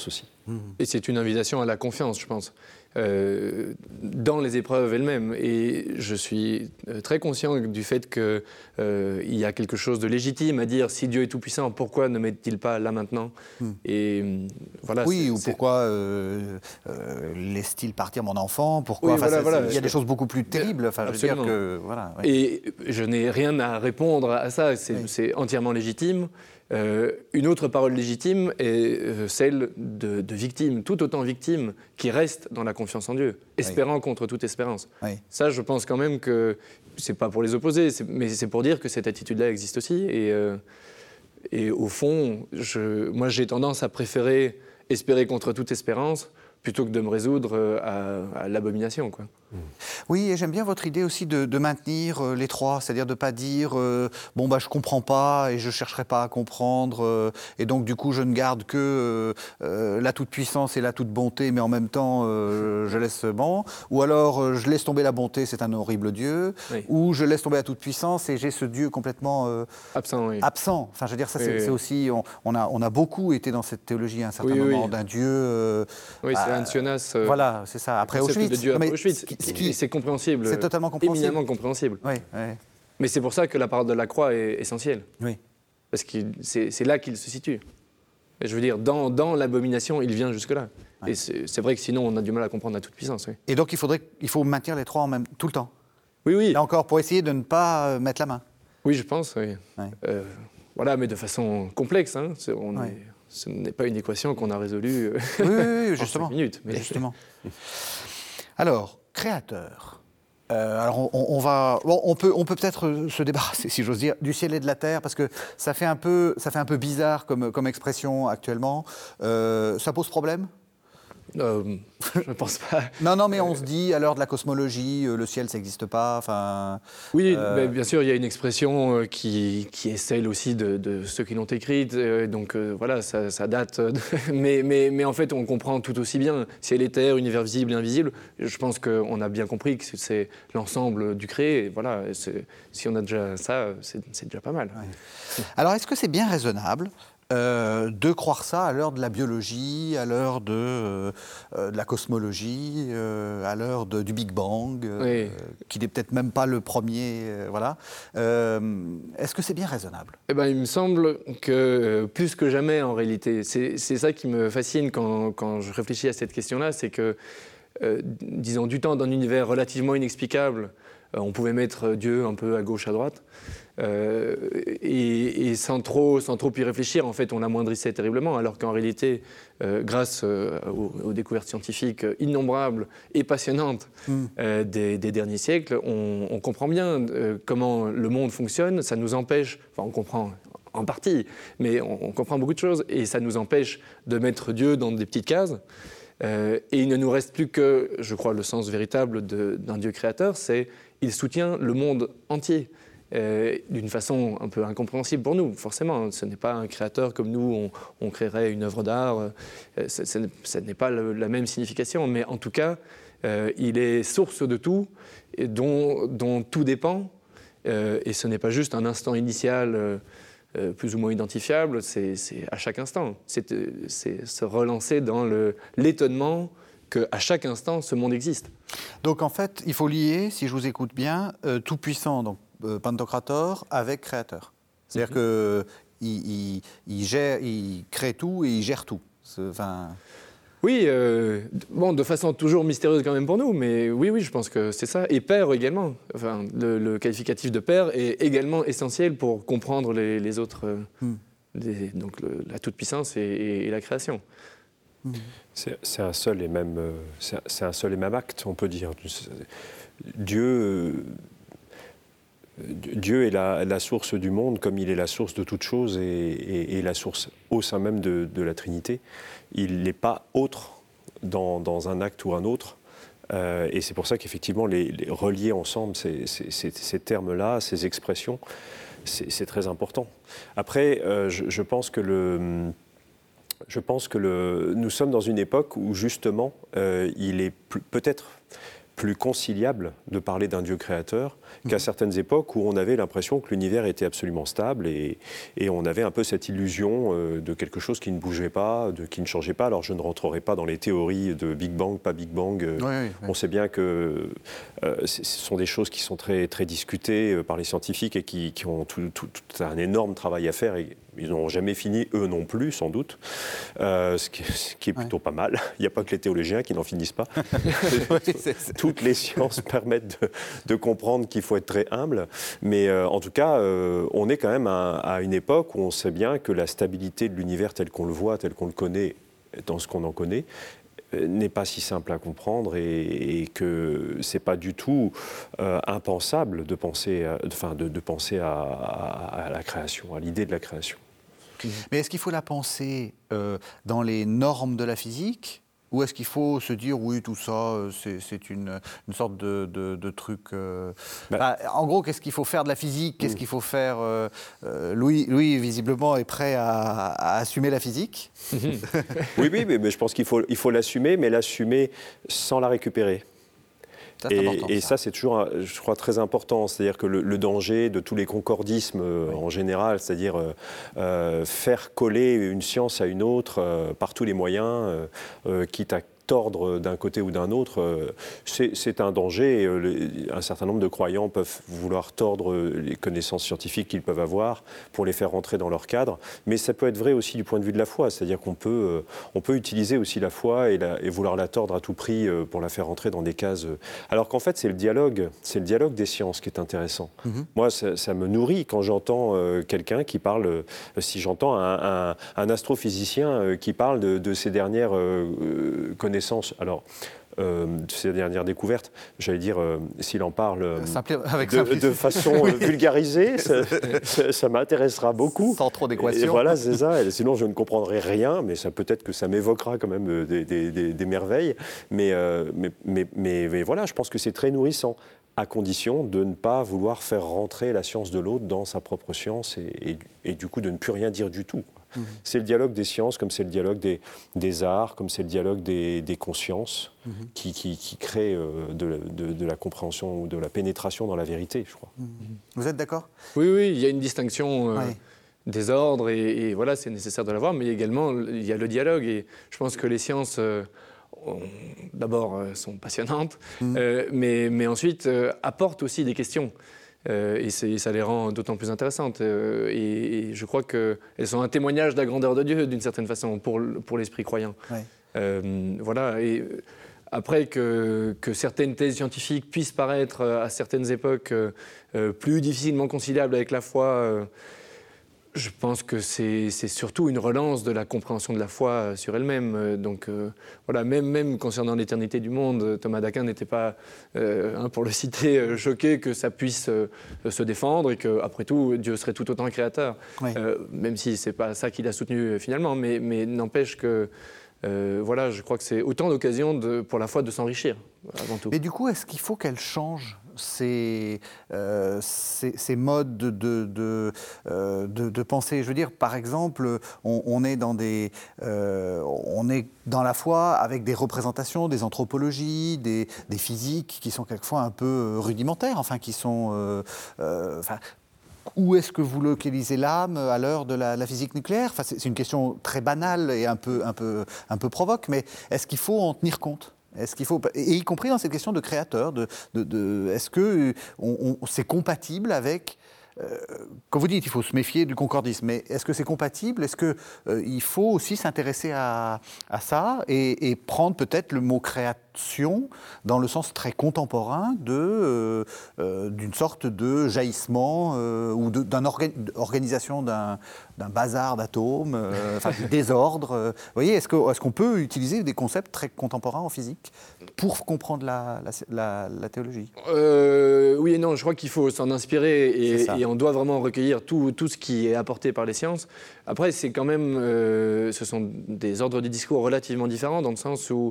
Mmh. Et c'est une invitation à la confiance, je pense, euh, dans les épreuves elles-mêmes. Et je suis très conscient du fait qu'il euh, y a quelque chose de légitime à dire, si Dieu est tout-puissant, pourquoi ne m'aide-t-il pas là maintenant? mmh. Et voilà. Oui, c'est, ou c'est... pourquoi euh, euh, laisse-t-il partir mon enfant? Pourquoi oui, enfin, voilà, voilà, il y a des choses beaucoup plus terribles. Enfin, je veux dire que, voilà, oui. Et je n'ai rien à répondre à ça, c'est, oui. c'est entièrement légitime. Euh, une autre parole légitime est euh, celle de, de victimes, tout autant victimes, qui restent dans la confiance en Dieu, espérant oui. contre toute espérance. Oui. Ça, je pense quand même que, c'est pas pour les opposer, c'est, mais c'est pour dire que cette attitude-là existe aussi. Et, euh, et au fond, je, moi j'ai tendance à préférer espérer contre toute espérance plutôt que de me résoudre à, à l'abomination, quoi. Oui, et j'aime bien votre idée aussi de, de maintenir euh, les trois, c'est-à-dire de ne pas dire euh, « bon, bah, je ne comprends pas et je ne chercherai pas à comprendre euh, et donc du coup je ne garde que euh, euh, la toute-puissance et la toute-bonté, mais en même temps euh, je laisse bon », ou alors euh, je laisse tomber la bonté, c'est un horrible Dieu, oui. ou je laisse tomber la toute-puissance et j'ai ce Dieu complètement euh, absent, oui. absent. Enfin, je veux dire, ça oui, c'est, oui. c'est aussi, on, on, a, on a beaucoup été dans cette théologie à un certain oui, moment, oui. d'un Dieu... Euh, oui, c'est Hans Jonas. Euh, voilà, c'est ça. Après Auschwitz. De Dieu non, mais Auschwitz. Ce qui, c'est compréhensible. C'est totalement compréhensible. Éminemment compréhensible. Oui, oui. Mais c'est pour ça que la parole de la croix est essentielle. Oui. Parce que c'est, c'est là qu'il se situe. Et je veux dire, dans, dans l'abomination, il vient jusque-là. Oui. Et c'est, c'est vrai que sinon, on a du mal à comprendre la toute-puissance. Oui. Et donc, il, faudrait, il faut maintenir les trois en même, tout le temps. Oui, oui. Là encore, pour essayer de ne pas mettre la main. Oui, je pense, oui. oui. Euh, voilà, mais de façon complexe. Hein. C'est, on oui. est, ce n'est pas une équation qu'on a résolue euh, oui, oui, oui, justement. en cinq minutes. Mais... Justement. Alors, créateur. Euh, alors on, on va, bon, on peut, on peut peut-être se débarrasser, si j'ose dire, du ciel et de la terre, parce que ça fait un peu, ça fait un peu bizarre comme, comme expression actuellement. Euh, ça pose problème ? Euh, je ne pense pas. Non, non, mais on se dit, à l'heure de la cosmologie, euh, le ciel, ça n'existe pas. Enfin. Oui, euh... mais bien sûr, il y a une expression euh, qui, qui est celle aussi de, de ceux qui l'ont écrite. Euh, donc euh, voilà, ça, ça date. De... mais, mais, mais en fait, on comprend tout aussi bien. Ciel et terre, univers visible et invisible. Je pense qu'on a bien compris que c'est l'ensemble du créé. Et voilà, c'est, si on a déjà ça, c'est, c'est déjà pas mal. Ouais. Alors, est-ce que c'est bien raisonnable Euh, de croire ça à l'heure de la biologie, à l'heure de, euh, de la cosmologie, euh, à l'heure de, du Big Bang, euh, oui. qui n'est peut-être même pas le premier. Euh, voilà. Euh, est-ce que c'est bien raisonnable ? Eh ben, il me semble que euh, plus que jamais, en réalité, c'est, c'est ça qui me fascine quand, quand je réfléchis à cette question-là, c'est que, euh, disons, du temps d'un univers relativement inexplicable, euh, on pouvait mettre Dieu un peu à gauche, à droite. Euh, et, et sans trop, sans trop y réfléchir, en fait, on l'amoindrissait terriblement, alors qu'en réalité, euh, grâce euh, aux, aux découvertes scientifiques innombrables et passionnantes mm. euh, des, des derniers siècles, on, on comprend bien euh, comment le monde fonctionne. Ça nous empêche, enfin, on comprend en partie, mais on, on comprend beaucoup de choses, et ça nous empêche de mettre Dieu dans des petites cases. Euh, et il ne nous reste plus que, je crois, le sens véritable de, d'un Dieu créateur, c'est il soutient le monde entier. Euh, d'une façon un peu incompréhensible pour nous, forcément. Ce n'est pas un créateur comme nous, on, on créerait une œuvre d'art. Euh, ce, ce, ce n'est pas le, la même signification, mais en tout cas, euh, il est source de tout, et dont, dont tout dépend. Euh, et ce n'est pas juste un instant initial euh, plus ou moins identifiable, c'est, c'est à chaque instant. C'est, c'est se relancer dans le, l'étonnement qu'à chaque instant, ce monde existe. Donc en fait, il faut lier, si je vous écoute bien, euh, tout-puissant, donc euh, Pantocrator, avec créateur. C'est-à-dire mm-hmm. qu'il il, il, gère, il crée tout et il gère tout. Enfin... Oui, euh, bon, de façon toujours mystérieuse quand même pour nous, mais oui, oui, je pense que c'est ça. Et père également. Enfin, le, le qualificatif de père est également essentiel pour comprendre les, les autres, euh, mm. les, donc le, la toute-puissance et, et, et la création. C'est, c'est, un seul et même, c'est, c'est un seul et même acte, on peut dire. Dieu, Dieu est la, la source du monde, comme il est la source de toute chose et, et, et la source au sein même de, de la Trinité. Il n'est pas autre dans, dans un acte ou un autre. Euh, et c'est pour ça qu'effectivement, les, les relier ensemble ces, ces, ces, ces termes-là, ces expressions, c'est, c'est très important. Après, euh, je, je pense que le... Je pense que le, nous sommes dans une époque où, justement, euh, il est plus, peut-être plus conciliable de parler d'un Dieu créateur qu'à certaines époques où on avait l'impression que l'univers était absolument stable et, et on avait un peu cette illusion euh, de quelque chose qui ne bougeait pas, de, qui ne changeait pas. Alors je ne rentrerai pas dans les théories de Big Bang, pas Big Bang. Euh, oui, oui, oui. On sait bien que euh, ce sont des choses qui sont très, très discutées par les scientifiques et qui, qui ont tout, tout, tout un énorme travail à faire. Et, ils n'ont jamais fini, eux non plus, sans doute, euh, ce, qui, ce qui est plutôt ouais. pas mal. Il n'y a pas que les théologiens qui n'en finissent pas. Oui, c'est, c'est... Toutes les sciences permettent de, de comprendre qu'il faut être très humble. Mais euh, en tout cas, euh, on est quand même à, à une époque où on sait bien que la stabilité de l'univers tel qu'on le voit, tel qu'on le connaît, dans ce qu'on en connaît, n'est pas si simple à comprendre et, et que c'est pas du tout euh, impensable de penser, à, enfin de, de penser à, à, à la création, à l'idée de la création. Mais est-ce qu'il faut la penser euh, dans les normes de la physique ou est-ce qu'il faut se dire oui tout ça c'est, c'est une, une sorte de, de, de truc euh... ben, bah, en gros qu'est-ce qu'il faut faire de la physique, qu'est-ce qu'il faut faire euh, euh, Louis, Louis visiblement est prêt à, à assumer la physique. Oui oui mais, mais je pense qu'il faut, il faut l'assumer mais l'assumer sans la récupérer. Ça, et, et ça, ça c'est toujours, je crois, très important. C'est-à-dire que le, le danger de tous les concordismes oui. en général, c'est-à-dire euh, faire coller une science à une autre euh, par tous les moyens, euh, quitte à tordre d'un côté ou d'un autre, c'est, c'est un danger. Un certain nombre de croyants peuvent vouloir tordre les connaissances scientifiques qu'ils peuvent avoir pour les faire rentrer dans leur cadre. Mais ça peut être vrai aussi du point de vue de la foi. C'est-à-dire qu'on peut, on peut utiliser aussi la foi et, la, et vouloir la tordre à tout prix pour la faire rentrer dans des cases. Alors qu'en fait, c'est le dialogue, c'est le dialogue des sciences qui est intéressant. Mm-hmm. Moi, ça, ça me nourrit quand j'entends quelqu'un qui parle, si j'entends un, un, un astrophysicien qui parle de, de ses dernières connaissances. Alors, euh, de ces dernières découvertes, j'allais dire, euh, s'il en parle euh, avec de, de façon oui. vulgarisée, ça, ça, ça m'intéressera beaucoup. Sans trop d'équations. Et voilà, c'est ça. Et sinon, je ne comprendrai rien, mais ça peut-être que ça m'évoquera quand même des, des, des, des merveilles. Mais, euh, mais, mais, mais, mais voilà, je pense que c'est très nourrissant, à condition de ne pas vouloir faire rentrer la science de l'autre dans sa propre science et, et, et du coup de ne plus rien dire du tout. Mmh. C'est le dialogue des sciences, comme c'est le dialogue des, des arts, comme c'est le dialogue des, des consciences, mmh. qui, qui, qui crée euh, de, de, de la compréhension ou de la pénétration dans la vérité, je crois. Mmh. Vous êtes d'accord ? Oui, oui, il y a une distinction euh, ouais. des ordres, et, et voilà, c'est nécessaire de l'avoir, mais également, il y a le dialogue, et je pense que les sciences... Euh, d'abord euh, sont passionnantes, mmh. euh, mais, mais ensuite euh, apportent aussi des questions. Euh, et c'est, ça les rend d'autant plus intéressantes. Euh, et, et je crois qu'elles sont un témoignage de la grandeur de Dieu, d'une certaine façon, pour, pour l'esprit croyant. Ouais. Euh, voilà. Et après, que, que certaines thèses scientifiques puissent paraître à certaines époques euh, plus difficilement conciliables avec la foi, euh, je pense que c'est, c'est surtout une relance de la compréhension de la foi sur elle-même. Donc euh, voilà, même, même concernant l'éternité du monde, Thomas d'Aquin n'était pas, euh, hein, pour le citer, euh, choqué que ça puisse euh, se défendre et qu'après tout, Dieu serait tout autant créateur. Oui. Euh, même si ce n'est pas ça qu'il a soutenu finalement, mais, mais n'empêche que euh, voilà, je crois que c'est autant d'occasions de, pour la foi de s'enrichir, avant tout. Mais du coup, est-ce qu'il faut qu'elle change Ces, euh, ces, ces modes de, de, de, euh, de, de pensée. Je veux dire, par exemple, on, on, est dans des, euh, on est dans la foi avec des représentations, des anthropologies, des, des physiques qui sont quelquefois un peu rudimentaires, enfin, qui sont... Euh, euh, enfin, où est-ce que vous localisez l'âme à l'heure de la, la physique nucléaire ? Enfin, c'est, c'est une question très banale et un peu, un peu, un peu provoque, mais est-ce qu'il faut en tenir compte ? Est-ce qu'il faut, et y compris dans cette question de créateur, de, de, de, est-ce que on, on, c'est compatible avec, euh, comme vous dites, il faut se méfier du concordisme, mais est-ce que c'est compatible ? Est-ce qu'il euh, faut aussi s'intéresser à, à ça et, et prendre peut-être le mot création dans le sens très contemporain de, euh, euh, d'une sorte de jaillissement euh, ou de, d'une orga, organisation d'un, d'un bazar d'atomes, euh, enfin du désordre. Euh, vous voyez, est-ce, que, est-ce qu'on peut utiliser des concepts très contemporains en physique pour comprendre la, la, la, la théologie ? euh, Oui et non, je crois qu'il faut s'en inspirer et, et on doit vraiment recueillir tout, tout ce qui est apporté par les sciences. Après, c'est quand même, euh, ce sont des ordres de discours relativement différents dans le sens où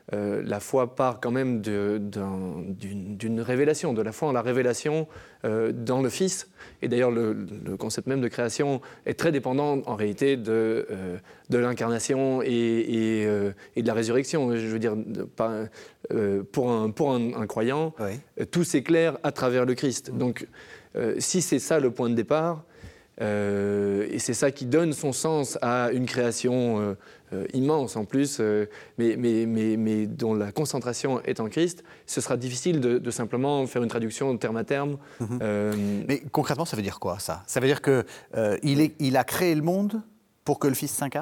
euh, la foi part quand même de, d'un, d'une, d'une révélation, de la foi en la révélation euh, dans le Fils. Et d'ailleurs, le, le concept même de création est très dépendant en réalité de, euh, de l'incarnation et, et, euh, et de la résurrection. Je veux dire, de, pas, euh, pour, un, pour un, un croyant, oui. euh, tout s'éclaire à travers le Christ. Mmh. Donc, euh, si c'est ça le point de départ, Euh, et c'est ça qui donne son sens à une création euh, euh, immense en plus, euh, mais, mais, mais, mais dont la concentration est en Christ, ce sera difficile de, de simplement faire une traduction terme à terme. Mm-hmm. Euh, mais concrètement, ça veut dire quoi, ça ? Ça veut dire qu'il euh, il a créé le monde pour que le Fils s'incarne ?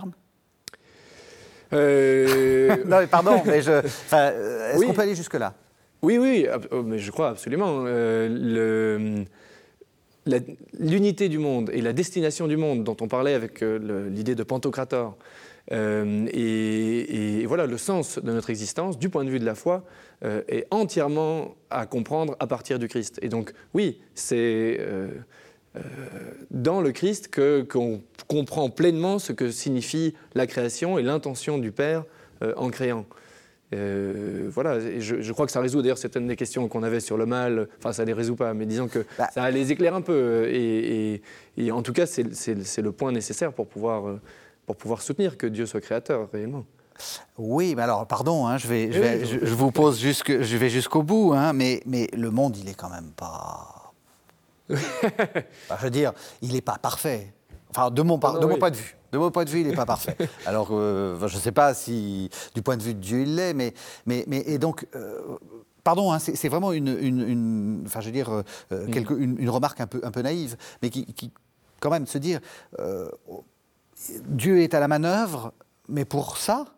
euh... Non, mais pardon, mais je, est-ce oui. qu'on peut aller jusque-là ? Oui, oui, mais je crois absolument. Euh, le... La, l'unité du monde et la destination du monde dont on parlait avec euh, le, l'idée de Pantocrator euh, et, et voilà, le sens de notre existence, du point de vue de la foi, euh, est entièrement à comprendre à partir du Christ. Et donc, oui, c'est euh, euh, dans le Christ que, qu'on comprend pleinement ce que signifie la création et l'intention du Père euh, en créant. Euh, voilà, je, je crois que ça résout d'ailleurs certaines des questions qu'on avait sur le mal, enfin ça ne les résout pas, mais disons que bah. ça les éclaire un peu et, et, et en tout cas c'est, c'est, c'est le point nécessaire pour pouvoir, pour pouvoir soutenir que Dieu soit créateur réellement. Oui, mais alors pardon, hein, je, vais, je, vais, je, je vous pose jusque, je vais jusqu'au bout, hein, mais, mais le monde il est quand même pas... enfin, je veux dire, il n'est pas parfait, enfin de mon, par, non, de mon oui. point de vue. De mon point de vue, il n'est pas parfait. Alors, euh, je ne sais pas si, du point de vue de Dieu, il l'est, mais, mais, mais et donc, euh, pardon, hein, c'est, c'est vraiment une, une, une, enfin, je veux dire, euh, quelque, une, une remarque un peu, un peu naïve, mais qui, qui quand même, se dire, euh, Dieu est à la manœuvre, mais pour ça,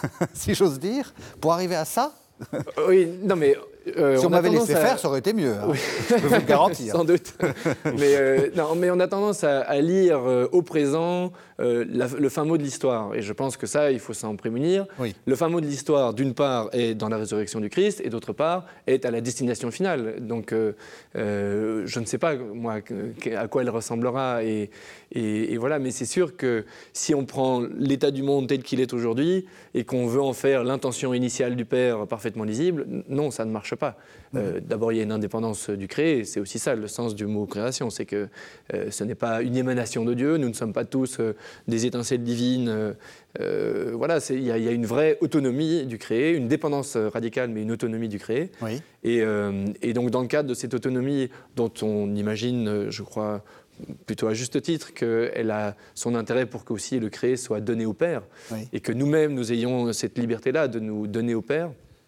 si j'ose dire, pour arriver à ça. Oui, non mais. Euh, si on, on m'avait laissé à... faire, ça aurait été mieux, hein. Oui. Je peux vous le garantir. Sans doute. mais, euh, non, mais on a tendance à, à lire euh, au présent euh, la, le fin mot de l'histoire. Et je pense que ça, il faut s'en prémunir. Oui. Le fin mot de l'histoire, d'une part, est dans la résurrection du Christ, et d'autre part, est à la destination finale. Donc, euh, euh, je ne sais pas, moi, à quoi elle ressemblera. Et, et, et voilà, mais c'est sûr que si on prend l'état du monde tel qu'il est aujourd'hui, et qu'on veut en faire l'intention initiale du Père parfaitement lisible, non, ça ne marche pas. Euh, d'abord, il y a une indépendance du créé, et c'est aussi ça le sens du mot création, c'est que euh, ce n'est pas une émanation de Dieu, nous ne sommes pas tous euh, des étincelles divines. Euh, euh, voilà, il y, y a une vraie autonomie du créé, une dépendance radicale, mais une autonomie du créé. Oui. Et, euh, et donc, dans le cadre de cette autonomie dont on imagine, je crois, plutôt à juste titre, qu'elle a son intérêt pour que aussi le créé soit donné au Père, oui. et que nous-mêmes, nous ayons cette liberté-là de nous donner au Père.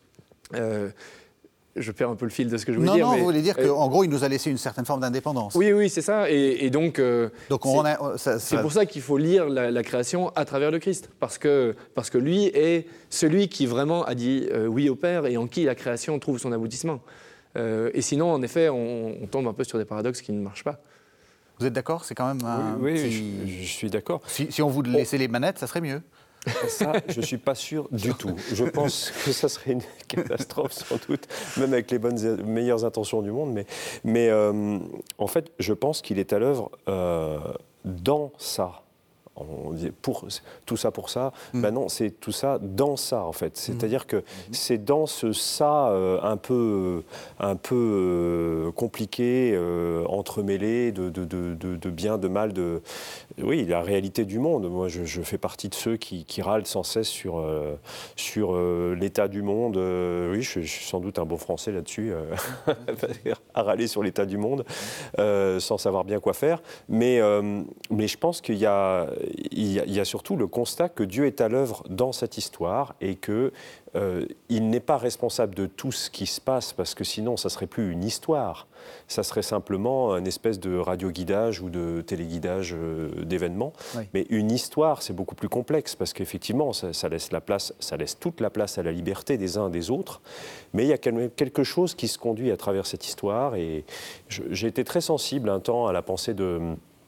Euh, je perds un peu le fil de ce que je voulais non, dire. Non, non, mais, vous voulez dire euh, qu'en gros, il nous a laissé une certaine forme d'indépendance. Oui, oui, c'est ça. Et, et donc, euh, donc on a, ça, ça... c'est pour ça qu'il faut lire la, la création à travers le Christ. Parce que, parce que lui est celui qui vraiment a dit euh, oui au Père et en qui la création trouve son aboutissement. Euh, et sinon, en effet, on, on tombe un peu sur des paradoxes qui ne marchent pas. Vous êtes d'accord ? C'est quand même un Oui, oui petit... je, je suis d'accord. Si, si on vous laissait oh. les manettes, ça serait mieux. Ça, je ne suis pas sûr du tout. Je pense que ça serait une catastrophe, sans doute, même avec les bonnes, meilleures intentions du monde. Mais, mais euh, en fait, je pense qu'il est à l'œuvre euh, dans ça. On dit pour, tout ça pour ça, mmh. ben non, c'est tout ça dans ça, en fait. C'est-à-dire mmh. que c'est dans ce ça euh, un peu, un peu euh, compliqué, euh, entremêlé, de, de, de, de, de bien, de mal, de... Oui, la réalité du monde. Moi, je, je fais partie de ceux qui, qui râlent sans cesse sur, euh, sur euh, l'état du monde. Euh, oui, je, je suis sans doute un bon français là-dessus, euh, à râler sur l'état du monde, euh, sans savoir bien quoi faire. Mais, euh, mais je pense qu'il y a... Il y, a, il y a surtout le constat que Dieu est à l'œuvre dans cette histoire et qu'il euh, n'est pas responsable de tout ce qui se passe parce que sinon ça ne serait plus une histoire, ça serait simplement une espèce de radioguidage ou de téléguidage euh, d'événements. Oui. Mais une histoire, c'est beaucoup plus complexe parce qu'effectivement ça, ça, laisse la place, ça laisse toute la place à la liberté des uns des autres, mais il y a quelque chose qui se conduit à travers cette histoire et je, j'ai été très sensible un temps à la pensée de...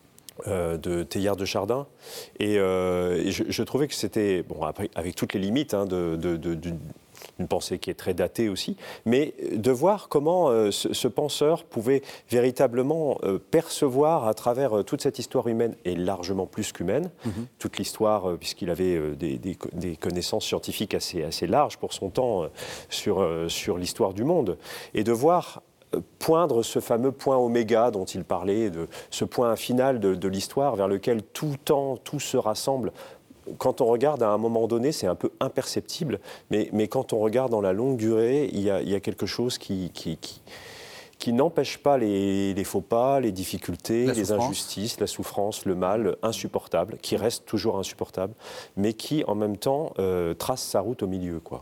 Euh, de Teilhard de Chardin et, euh, et je, je trouvais que c'était bon après, avec toutes les limites hein, de, de, de, de, une pensée qui est très datée aussi, mais de voir comment euh, ce, ce penseur pouvait véritablement euh, percevoir à travers euh, toute cette histoire humaine, et largement plus qu'humaine, mm-hmm. toute l'histoire, euh, puisqu'il avait euh, des, des, des connaissances scientifiques assez, assez larges pour son temps euh, sur, euh, sur l'histoire du monde, et de voir poindre ce fameux point oméga dont il parlait, de ce point final de, de l'histoire vers lequel tout temps, tout se rassemble. Quand on regarde à un moment donné, c'est un peu imperceptible, mais, mais quand on regarde dans la longue durée, il y a, il y a quelque chose qui, qui, qui, qui n'empêche pas les, les faux pas, les difficultés, les injustices, la souffrance, le mal insupportable, qui reste toujours insupportable, mais qui en même temps euh, trace sa route au milieu, quoi.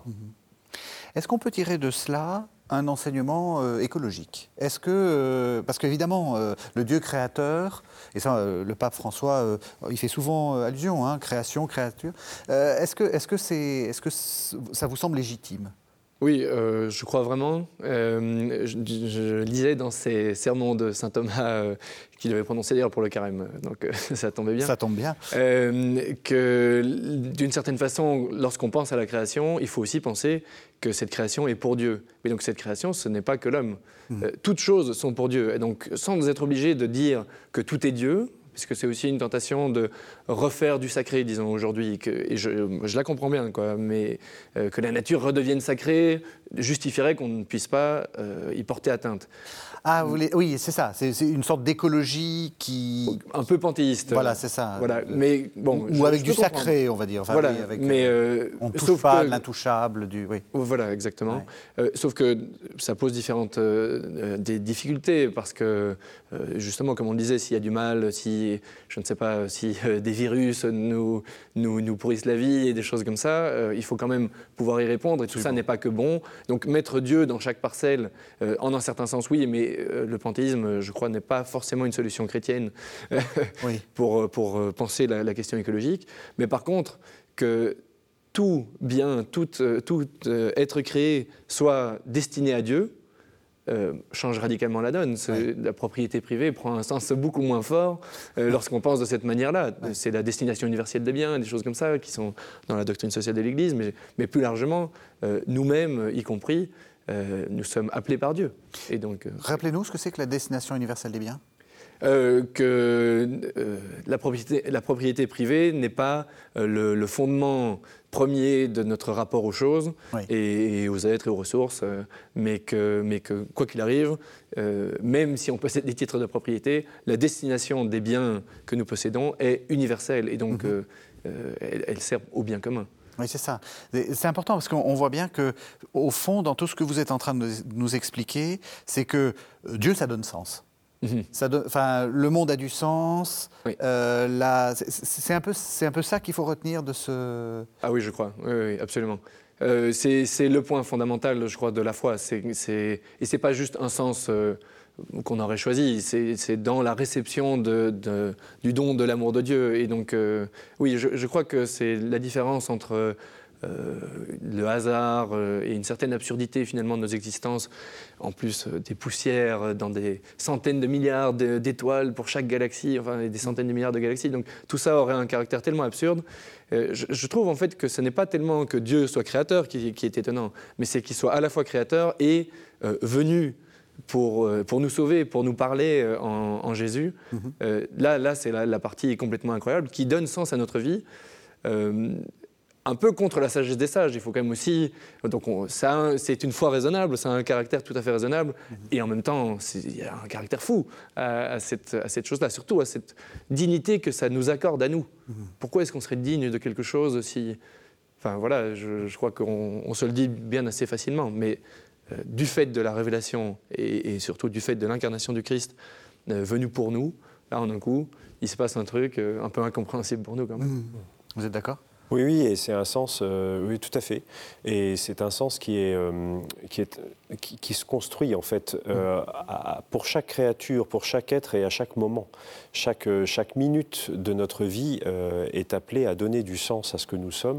Est-ce qu'on peut tirer de cela un enseignement euh, écologique? Est-ce que, euh, parce qu'évidemment, euh, le Dieu créateur, et ça, euh, le pape François, euh, il fait souvent euh, allusion, hein, création, créature, euh, est-ce que, est-ce que, c'est, est-ce que ça vous semble légitime? Oui, euh, je crois vraiment. Euh, je, je lisais dans ces sermons de saint Thomas euh, qu'il avait prononcé d'ailleurs pour le carême, donc euh, ça tombait bien. Ça tombe bien. Euh, que d'une certaine façon, lorsqu'on pense à la création, il faut aussi penser que cette création est pour Dieu. Mais donc cette création, ce n'est pas que l'homme. Mmh. Euh, toutes choses sont pour Dieu. Et donc sans être obligé de dire que tout est Dieu, puisque c'est aussi une tentation de refaire du sacré, disons, aujourd'hui, que, et je, je la comprends bien, quoi, mais euh, que la nature redevienne sacrée justifierait qu'on ne puisse pas euh, y porter atteinte. Ah, vous voulez, oui, c'est ça, c'est, c'est une sorte d'écologie qui... Un peu panthéiste. Voilà, c'est ça. Voilà, mais bon... Ou je, avec je du sacré, on va dire. Enfin, voilà, oui, avec, mais... Euh, on ne touche pas que... l'intouchable, du... Oui. Voilà, exactement. Ouais. Euh, sauf que ça pose différentes euh, des difficultés, parce que, euh, justement, comme on le disait, s'il y a du mal, si, je ne sais pas, si euh, des virus nous, nous, nous pourrissent la vie et des choses comme ça, euh, il faut quand même pouvoir y répondre, et tout ça n'est pas que bon. Donc mettre Dieu dans chaque parcelle, euh, en un certain sens, oui, mais euh, le panthéisme, je crois, n'est pas forcément une solution chrétienne oui. pour, pour penser la, la question écologique. Mais par contre, que tout bien, tout, tout euh, être créé soit destiné à Dieu, euh, change radicalement la donne. Ouais. La propriété privée prend un sens beaucoup moins fort euh, lorsqu'on pense de cette manière-là. Ouais. C'est la destination universelle des biens, des choses comme ça, qui sont dans la doctrine sociale de l'Église, mais, mais plus largement, euh, nous-mêmes, y compris, euh, nous sommes appelés par Dieu. Et donc, euh, rappelez-nous ce que c'est que la destination universelle des biens. Euh, que euh, la, propriété, la propriété privée n'est pas euh, le, le fondement premier de notre rapport aux choses oui. et, et aux êtres et aux ressources, euh, mais, que, mais que, quoi qu'il arrive, euh, même si on possède des titres de propriété, la destination des biens que nous possédons est universelle et donc mm-hmm. euh, euh, elle, elle sert au bien commun. Oui, c'est ça. C'est important parce qu'on voit bien qu'au fond, dans tout ce que vous êtes en train de nous expliquer, c'est que Dieu, ça donne sens. Mmh. Ça donne, enfin, le monde a du sens. Oui. Euh, la, c'est, c'est, un peu, c'est un peu ça qu'il faut retenir de ce... Ah oui, je crois. Oui, oui, absolument. Euh, c'est, c'est le point fondamental, je crois, de la foi. C'est, c'est, et ce n'est pas juste un sens euh, qu'on aurait choisi. C'est, c'est dans la réception de, de, du don de l'amour de Dieu. Et donc, euh, oui, je, je crois que c'est la différence entre... Euh, le hasard euh, et une certaine absurdité finalement de nos existences, en plus euh, des poussières dans des centaines de milliards de, d'étoiles pour chaque galaxie, enfin des centaines de milliards de galaxies, donc tout ça aurait un caractère tellement absurde. Euh, je, je trouve en fait que ce n'est pas tellement que Dieu soit créateur qui, qui est étonnant, mais c'est qu'il soit à la fois créateur et euh, venu pour, pour nous sauver, pour nous parler en, en Jésus. Mm-hmm. Euh, là, là, c'est la, la partie complètement incroyable qui donne sens à notre vie. Euh, un peu contre la sagesse des sages, il faut quand même aussi... Donc on, ça, c'est une foi raisonnable, ça a un caractère tout à fait raisonnable, mmh. et en même temps, il y a un caractère fou à, à, cette, à cette chose-là, surtout à cette dignité que ça nous accorde à nous. Mmh. Pourquoi est-ce qu'on serait digne de quelque chose si... Enfin voilà, je, je crois qu'on on se le dit bien assez facilement, mais euh, du fait de la révélation et, et surtout du fait de l'incarnation du Christ euh, venu pour nous, là en un coup, il se passe un truc euh, un peu incompréhensible pour nous quand même. Mmh. Vous êtes d'accord ? Oui, oui, et c'est un sens, euh, oui, tout à fait. Et c'est un sens qui est, euh, qui, est qui, qui se construit en fait euh, à, pour chaque créature, pour chaque être et à chaque moment. Chaque, chaque minute de notre vie euh, est appelée à donner du sens à ce que nous sommes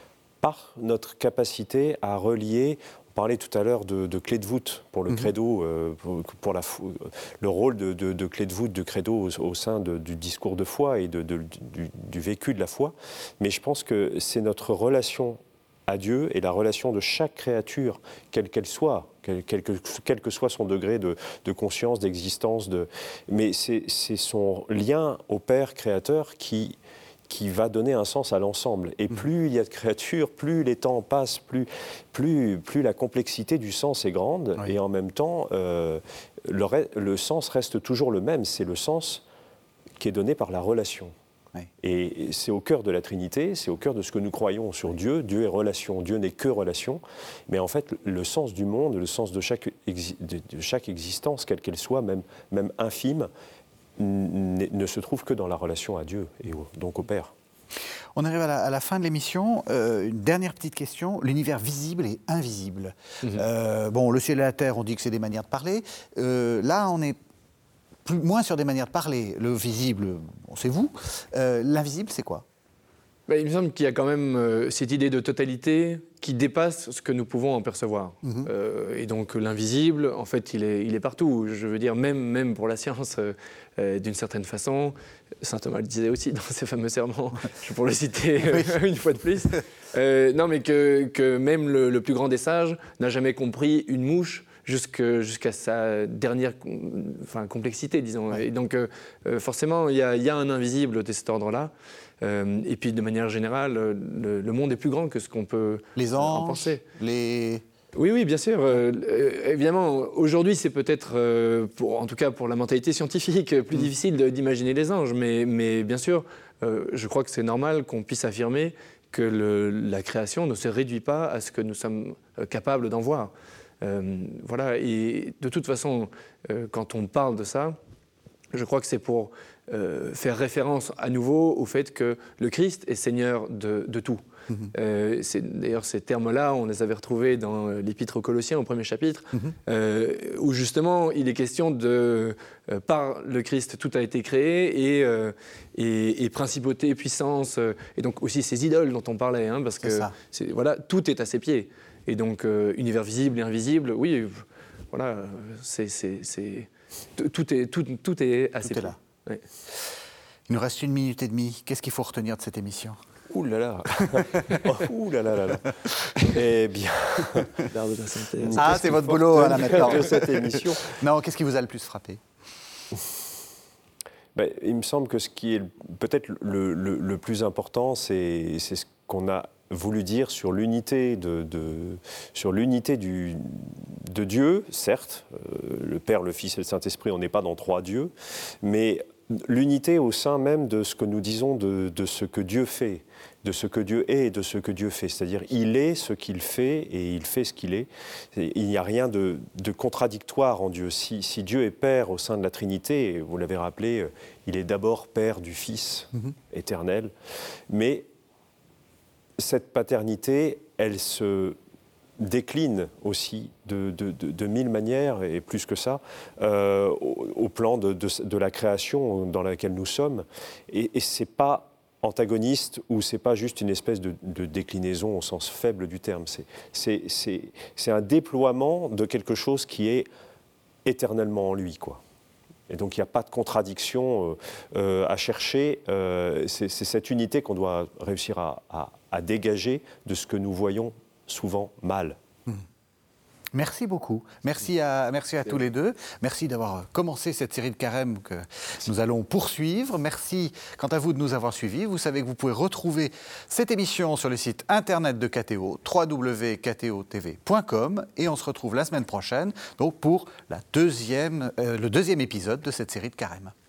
par notre capacité à relier. On parlait tout à l'heure de, de clé de voûte pour le mmh. credo, euh, pour, pour la, le rôle de, de, de clé de voûte, de credo au, au sein de, du discours de foi et de, de, du, du vécu de la foi. Mais je pense que c'est notre relation à Dieu et la relation de chaque créature, quelle qu'elle soit, quel, quel, que, quel que soit son degré de, de conscience, d'existence. De... Mais c'est, c'est son lien au Père créateur qui, qui va donner un sens à l'ensemble. Et plus il y a de créatures, plus les temps passent, plus, plus, plus la complexité du sens est grande. Oui. Et en même temps, euh, le, le sens reste toujours le même. C'est le sens qui est donné par la relation. Oui. Et c'est au cœur de la Trinité, c'est au cœur de ce que nous croyons sur oui. Dieu. Dieu est relation, Dieu n'est que relation. Mais en fait, le sens du monde, le sens de chaque, exi- de, de chaque existence, quelle qu'elle soit, même, même infime, n- ne se trouve que dans la relation à Dieu et au, donc au Père. On arrive à la, à la fin de l'émission. Euh, une dernière petite question. L'univers visible et invisible. Mmh. Euh, bon, le ciel et la terre, on dit que c'est des manières de parler. Euh, là, on est plus, moins sur des manières de parler. Le visible, bon, c'est vous. Euh, l'invisible, c'est quoi ? Ben, il me semble qu'il y a quand même euh, cette idée de totalité qui dépasse ce que nous pouvons en percevoir. Mmh. Euh, et donc l'invisible, en fait, il est, il est partout. Je veux dire, même, même pour la science, euh, euh, d'une certaine façon, saint Thomas le disait aussi dans ses fameux sermons, je pour le citer oui. une fois de plus, euh, non mais que, que même le, le plus grand des sages n'a jamais compris une mouche jusqu'à, jusqu'à sa dernière enfin, complexité, disons. Ouais. Et donc, euh, forcément, il y, y a un invisible de cet ordre-là. Euh, et puis, de manière générale, le, le monde est plus grand que ce qu'on peut les anges, en penser. Les... Oui, oui, bien sûr. Euh, euh, évidemment, aujourd'hui, c'est peut-être, euh, pour, en tout cas pour la mentalité scientifique, plus mmh. difficile de, d'imaginer les anges. Mais, mais bien sûr, euh, je crois que c'est normal qu'on puisse affirmer que le, la création ne se réduit pas à ce que nous sommes capables d'en voir. Euh, voilà, et de toute façon, euh, quand on parle de ça, je crois que c'est pour euh, faire référence à nouveau au fait que le Christ est Seigneur de, de tout. Mmh. Euh, c'est, d'ailleurs, ces termes-là, on les avait retrouvés dans l'Épître aux Colossiens, au premier chapitre, mmh. euh, où justement, il est question de, euh, par le Christ, tout a été créé, et, euh, et, et principauté, puissance, euh, et donc aussi ces idoles dont on parlait, hein, parce c'est que c'est, voilà, tout est à ses pieds. Et donc, euh, univers visible et invisible, oui, euh, voilà, c'est, c'est, c'est, tout, est, tout, tout est à ses pieds. Là. Ouais. Il nous reste une minute et demie. Qu'est-ce qu'il faut retenir de cette émission ? Ouh là là oh, Ouh là là là là Eh bien... Ah, c'est votre boulot, là, maintenant. De cette émission. Non, qu'est-ce qui vous a le plus frappé ? Ben, il me semble que ce qui est peut-être le, le, le plus important, c'est, c'est ce qu'on a voulu dire sur l'unité, de, de, sur l'unité du, de Dieu, certes, euh, le Père, le Fils et le Saint-Esprit, on n'est pas dans trois dieux, mais l'unité au sein même de ce que nous disons de, de ce que Dieu fait, de ce que Dieu est et de ce que Dieu fait. C'est-à-dire, il est ce qu'il fait et il fait ce qu'il est. Il n'y a rien de, de contradictoire en Dieu. Si, si Dieu est Père au sein de la Trinité, vous l'avez rappelé, il est d'abord Père du Fils mm-hmm. éternel, mais cette paternité, elle se décline aussi de, de, de, de mille manières, et plus que ça, euh, au, au plan de, de, de la création dans laquelle nous sommes. Et, et ce n'est pas antagoniste ou ce n'est pas juste une espèce de, de déclinaison au sens faible du terme. C'est, c'est, c'est, c'est un déploiement de quelque chose qui est éternellement en lui, quoi. Et donc il n'y a pas de contradiction euh, euh, à chercher. Euh, c'est, c'est cette unité qu'on doit réussir à, à, à dégager de ce que nous voyons souvent mal. Mmh. Merci beaucoup. Merci à, merci à tous les deux. Merci d'avoir commencé cette série de carême que nous allons poursuivre. Merci, quant à vous, de nous avoir suivis. Vous savez que vous pouvez retrouver cette émission sur le site internet de K T O, w w w point k t o t v point com. Et on se retrouve la semaine prochaine donc pour la deuxième, euh, le deuxième épisode de cette série de carême.